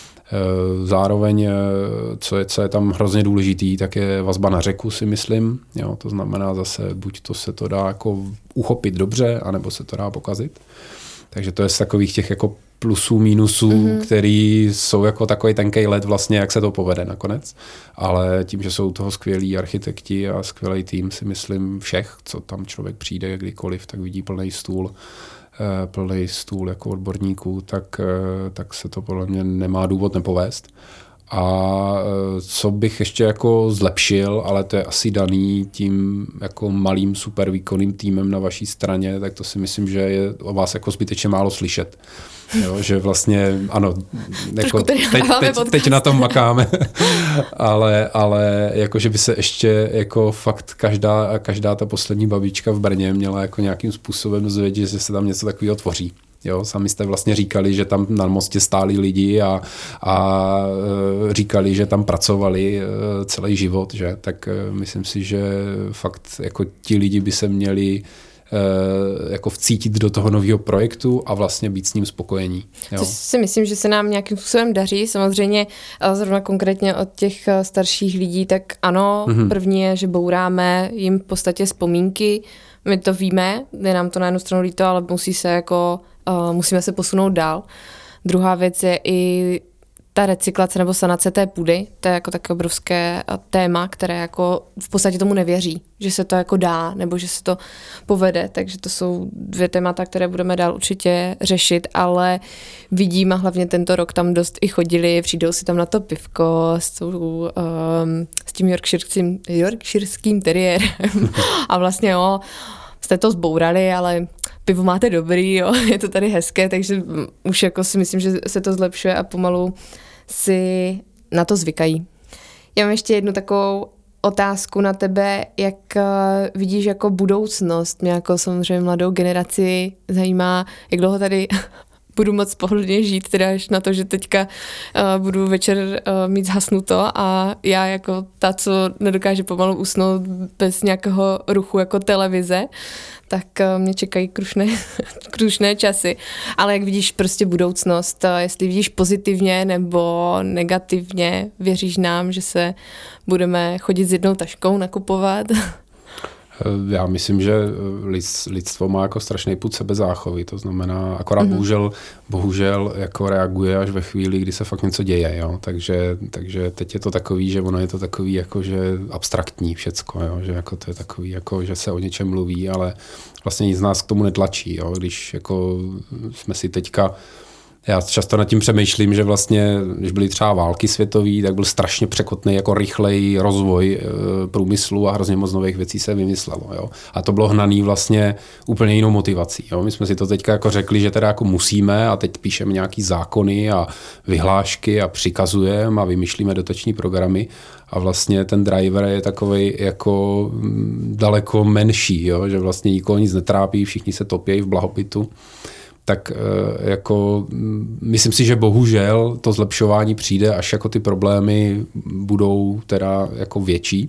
Zároveň, co je, co je tam hrozně důležitý, tak je vazba na řeku, si myslím. Jo, to znamená zase, buď to se to dá jako uchopit dobře, anebo se to dá pokazit. Takže to je z takových těch jako plusů, mínusů, mm-hmm. který jsou jako takový tenkej led vlastně, jak se to povede nakonec. Ale tím, že jsou toho skvělí architekti a skvělý tým, si myslím všech, co tam člověk přijde kdykoliv, tak vidí plný stůl, plný stůl jako odborníků, tak, tak se to podle mě nemá důvod nepovést. A co bych ještě jako zlepšil, ale to je asi daný tím jako malým super výkonným týmem na vaší straně, tak to si myslím, že je o vás jako zbytečně málo slyšet. Jo, že vlastně, ano, jako teď, teď, teď na tom makáme, ale, ale jako, že by se ještě jako fakt každá, každá ta poslední babička v Brně měla jako nějakým způsobem dozvědět, že se tam něco takového tvoří. Jo, sami jste vlastně říkali, že tam na mostě stáli lidi a, a říkali, že tam pracovali celý život, že? Tak myslím si, že fakt jako ti lidi by se měli jako vcítit do toho nového projektu a vlastně být s ním spokojení. Jo. To si myslím, že se nám nějakým způsobem daří. Samozřejmě zrovna konkrétně od těch starších lidí, tak ano, mm-hmm. první je, že bouráme jim v podstatě vzpomínky. My to víme, je nám to na jednu stranu líto, ale musí se jako, uh, musíme se posunout dál. Druhá věc je i ta recyklace nebo sanace té půdy, to je jako také obrovské téma, které jako v podstatě tomu nevěří, že se to jako dá, nebo že se to povede, takže to jsou dvě témata, které budeme dál určitě řešit, ale vidím a hlavně tento rok tam dost i chodili, přijdou si tam na to pivko s, um, s tím yorkshireským, yorkshireským teriérem a vlastně jo, jste to zbourali, ale pivo máte dobrý, jo, je to tady hezké, takže už jako si myslím, že se to zlepšuje a pomalu si na to zvykají. Já mám ještě jednu takovou otázku na tebe, jak vidíš jako budoucnost. Mě jako samozřejmě mladou generaci zajímá, jak dlouho tady budu moc pohodlně žít, teda až na to, že teďka uh, budu večer uh, mít zhasnuto a já jako ta, co nedokáže pomalu usnout bez nějakého ruchu jako televize, tak uh, mě čekají krušné, krušné časy. Ale jak vidíš prostě budoucnost, uh, jestli vidíš pozitivně nebo negativně, věříš nám, že se budeme chodit s jednou taškou nakupovat? Já myslím, že lidstvo má jako strašný pud sebezáchovy, to znamená, akorát mm-hmm. bohužel, bohužel jako reaguje až ve chvíli, kdy se fakt něco děje, jo? Takže, takže teď je to takový, že ono je to takový jako, že abstraktní všecko, jo? Že jako to je takový, jako, že se o něčem mluví, ale vlastně nic z nás k tomu netlačí, jo? Když jako jsme si teďka Já často nad tím přemýšlím, že vlastně, když byly třeba války světové, tak byl strašně překotný jako rychlej rozvoj e, průmyslu a hrozně moc nových věcí se vymyslelo. Jo. A to bylo hnaný vlastně úplně jinou motivací. Jo. My jsme si to teďka jako řekli, že teda jako musíme a teď píšeme nějaký zákony a vyhlášky a přikazujeme a vymýšlíme dotační programy a vlastně ten driver je takovej jako daleko menší, jo. Že vlastně nikoho nic netrápí, všichni se topějí v blahobytu. Tak jako myslím si, že bohužel to zlepšování přijde, až jako ty problémy budou teda jako větší.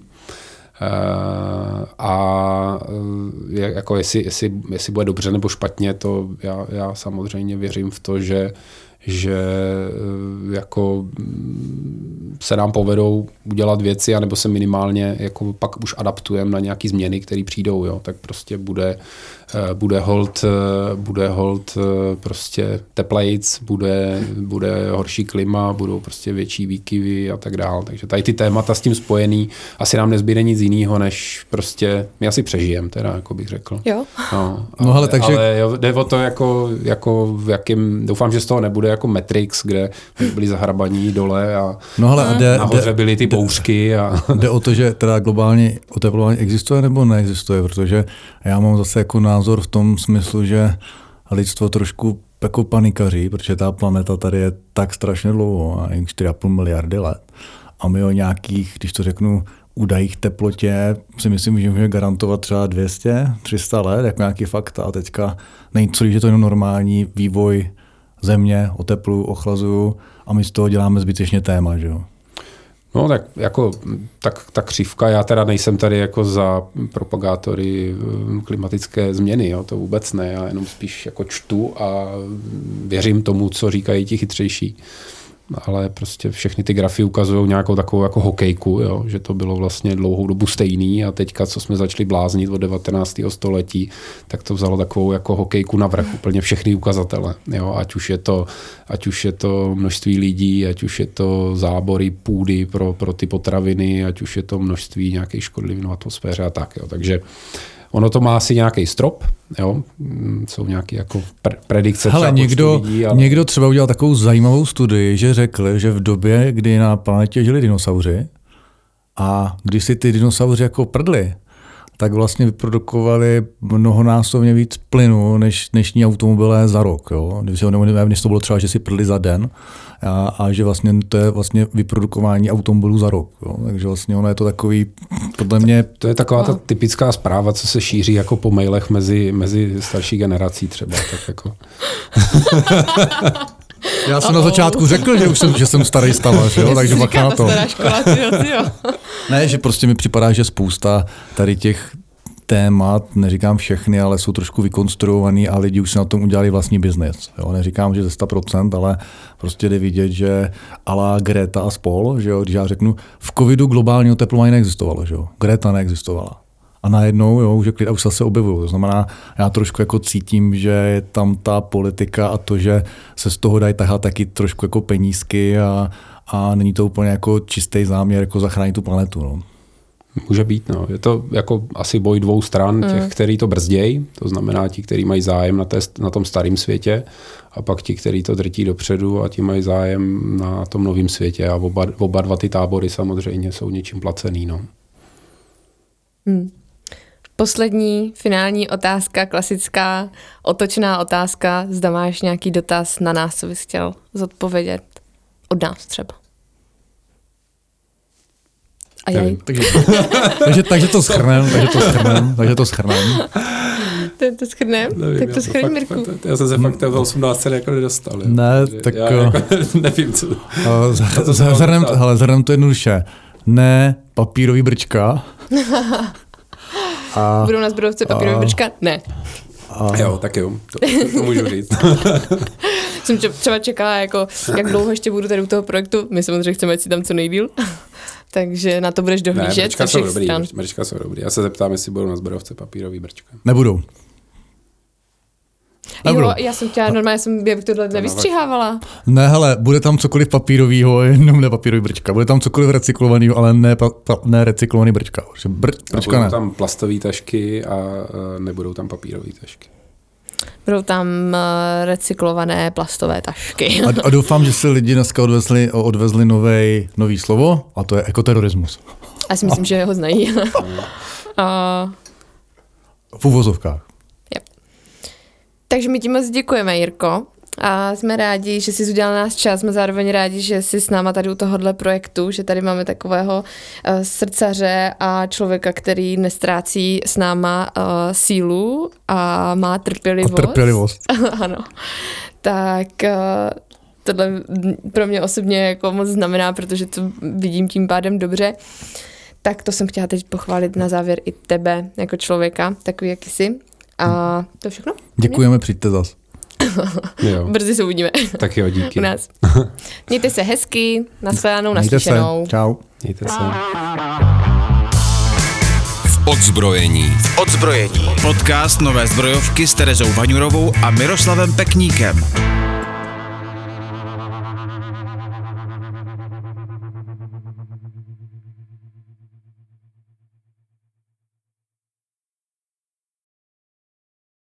A jako jestli, jestli, jestli bude dobře nebo špatně, to já, já samozřejmě věřím v to, že že jako se nám povedou udělat věci, anebo se minimálně jako pak už adaptujeme na nějaký změny, které přijdou, jo, tak prostě bude, bude hold, bude hold prostě teplejc, bude, bude horší klima, budou prostě větší výkyvy a tak dál. Takže tady ty témata s tím spojený, asi nám nezbyde nic jiného, než prostě my asi přežijeme, teda, jako bych řekl. Jo. No, ale, no, ale, takže... ale jo, jde o to, jako, jako v jakým, doufám, že z toho nebude jako Matrix, kde byli zahrabaní dole a no, ale a jde, nahoře byly ty bouřky. A... Jde o to, že teda globální oteplování existuje nebo neexistuje, protože já mám zase jako názor v tom smyslu, že lidstvo trošku jako panikaří, protože ta planeta tady je tak strašně dlouho, čtyři a půl miliardy let a my o nějakých, když to řeknu, údajích teplotě si myslím, že můžeme garantovat třeba dvě stě, tři sta let, jako nějaký fakta a teďka není co, že to je normální vývoj země, otepluju, ochlazuju a my z toho děláme zbytečně téma, že jo. No tak jako tak, ta křivka, já teda nejsem tady jako za propagátory klimatické změny, jo, to vůbec ne, já jenom spíš jako čtu a věřím tomu, co říkají ti chytřejší. Ale prostě všechny ty grafy ukazují nějakou takovou jako hokejku, jo? Že to bylo vlastně dlouhou dobu stejný a teďka, co jsme začali bláznit od devatenáctého století, tak to vzalo takovou jako hokejku navrch, úplně všechny ukazatele. Jo? Ať už je to, ať už je to množství lidí, ať už je to zábory půdy pro, pro ty potraviny, ať už je to množství nějakých škodlivin v atmosféře a tak. Jo? Takže ono to má asi nějaký strop, jo? Jsou nějaké jako pre- predikce. Hele, někdo, lidí, ale... někdo třeba udělal takovou zajímavou studii, že řekl, že v době, kdy na planetě žili dinosauři a když si ty dinosauři jako prdli, tak vlastně vyprodukovali mnohonásobně víc plynu než dnešní automobilé za rok. Jo? Když, když to bylo třeba, že si prdli za den a, a že vlastně to je vlastně vyprodukování automobilů za rok. Jo? Takže vlastně ono je to takový, podle mě... To je taková ta typická zpráva, co se šíří jako po mailech mezi, mezi starší generací třeba. Tak jako... Já jsem oh, na začátku řekl, že už jsem, že jsem starý stavař, jo, takže bacha na to. Stará škola, tyjo, tyjo. Ne, že prostě mi připadá, že spousta tady těch témat, neříkám všechny, ale jsou trošku vykonstruovaný a lidi už si na tom udělali vlastní biznis. Jo, neříkám, že ze sto procent, ale prostě jde vidět, že a la Greta a spol, že jo, když já řeknu, v covidu globální oteplování neexistovalo, že jo, Greta neexistovala. A najednou, jo, už, už se objevují. To znamená, já trošku jako cítím, že je tam ta politika a to, že se z toho dají tahat taky trošku jako penízky a, a není to úplně jako čistý záměr jako zachránit tu planetu. No. Může být, no. Je to jako asi boj dvou stran, těch, mm. který to brzdějí, to znamená ti, kteří mají zájem na, té, na tom starém světě, a pak ti, kteří to drtí dopředu a ti mají zájem na tom novém světě. A oba, oba dva ty tábory samozřejmě jsou něčím placený. No. Mm. Poslední, finální otázka, klasická, otočná otázka. Zda máš nějaký dotaz na nás, co bys chtěl zodpovědět od nás třeba. A jej. Takže, takže, takže to shrnem, takže to shrnem, takže to shrnem. To, to shrnem? Nevím, tak to shrň, Mirku. Fakt, já jsem se fakt v osmnácti jako nedostal. Jo. Ne, takže tak... Já jako, nevím, co... Zhrnem to, hele, zhrnem to jednoduše. Ne papírový brčka. A, budou na zbrojovce papírový brčka? Ne. A, jo, tak jo, to, to, to můžu říct. Jsem třeba čekala, jako, jak dlouho ještě budu tady u toho projektu. My samozřejmě chceme, ať si tam co nejdýl. Takže na to budeš dohlížet ze všech dobrý, stran. Brčka jsou dobrý. Já se zeptám, jestli budou na zbrojovce papírový brčka. Nebudou. Nebudou. Jo, já jsem chtěla, normálně jsem, já bych tohle to nevystřihávala. Ne, hele, bude tam cokoliv papírovýho, jenom ne papírový brčka. Bude tam cokoliv recyklovanýho, ale ne, pa, pa, ne recyklovaný brčka. Br, brčka budou ne. tam plastové tašky a uh, nebudou tam papírové tašky. Budou tam uh, recyklované plastové tašky. A, a doufám, že si lidi dneska odvezli, odvezli novej, nový slovo, a to je ekoterorismus. Já si myslím, a. že ho znají. a... V uvozovkách. Yep. Takže my ti moc děkujeme, Jirko. A jsme rádi, že jsi udělal nás čas. Jsme zároveň rádi, že jsi s náma tady u tohohle projektu, že tady máme takového uh, srdcaře a člověka, který nestrácí s náma uh, sílu a má trpělivost. A trpělivost. Ano. Tak uh, tohle pro mě osobně jako moc znamená, protože to vidím tím pádem dobře. Tak to jsem chtěla teď pochválit na závěr i tebe jako člověka, takový, jaký jsi. A to všechno? Děkujeme, přijďte zas. Jo. Brzy se uvidíme. Tak jo, díky. U nás. Mějte se hezky, nashledanou, Mějte naslyšenou. se, čau. Mějte se. V odzbrojení. V odzbrojení. Podcast Nové zbrojovky s Terezou Vaňurovou a Miroslavem Pekníkem.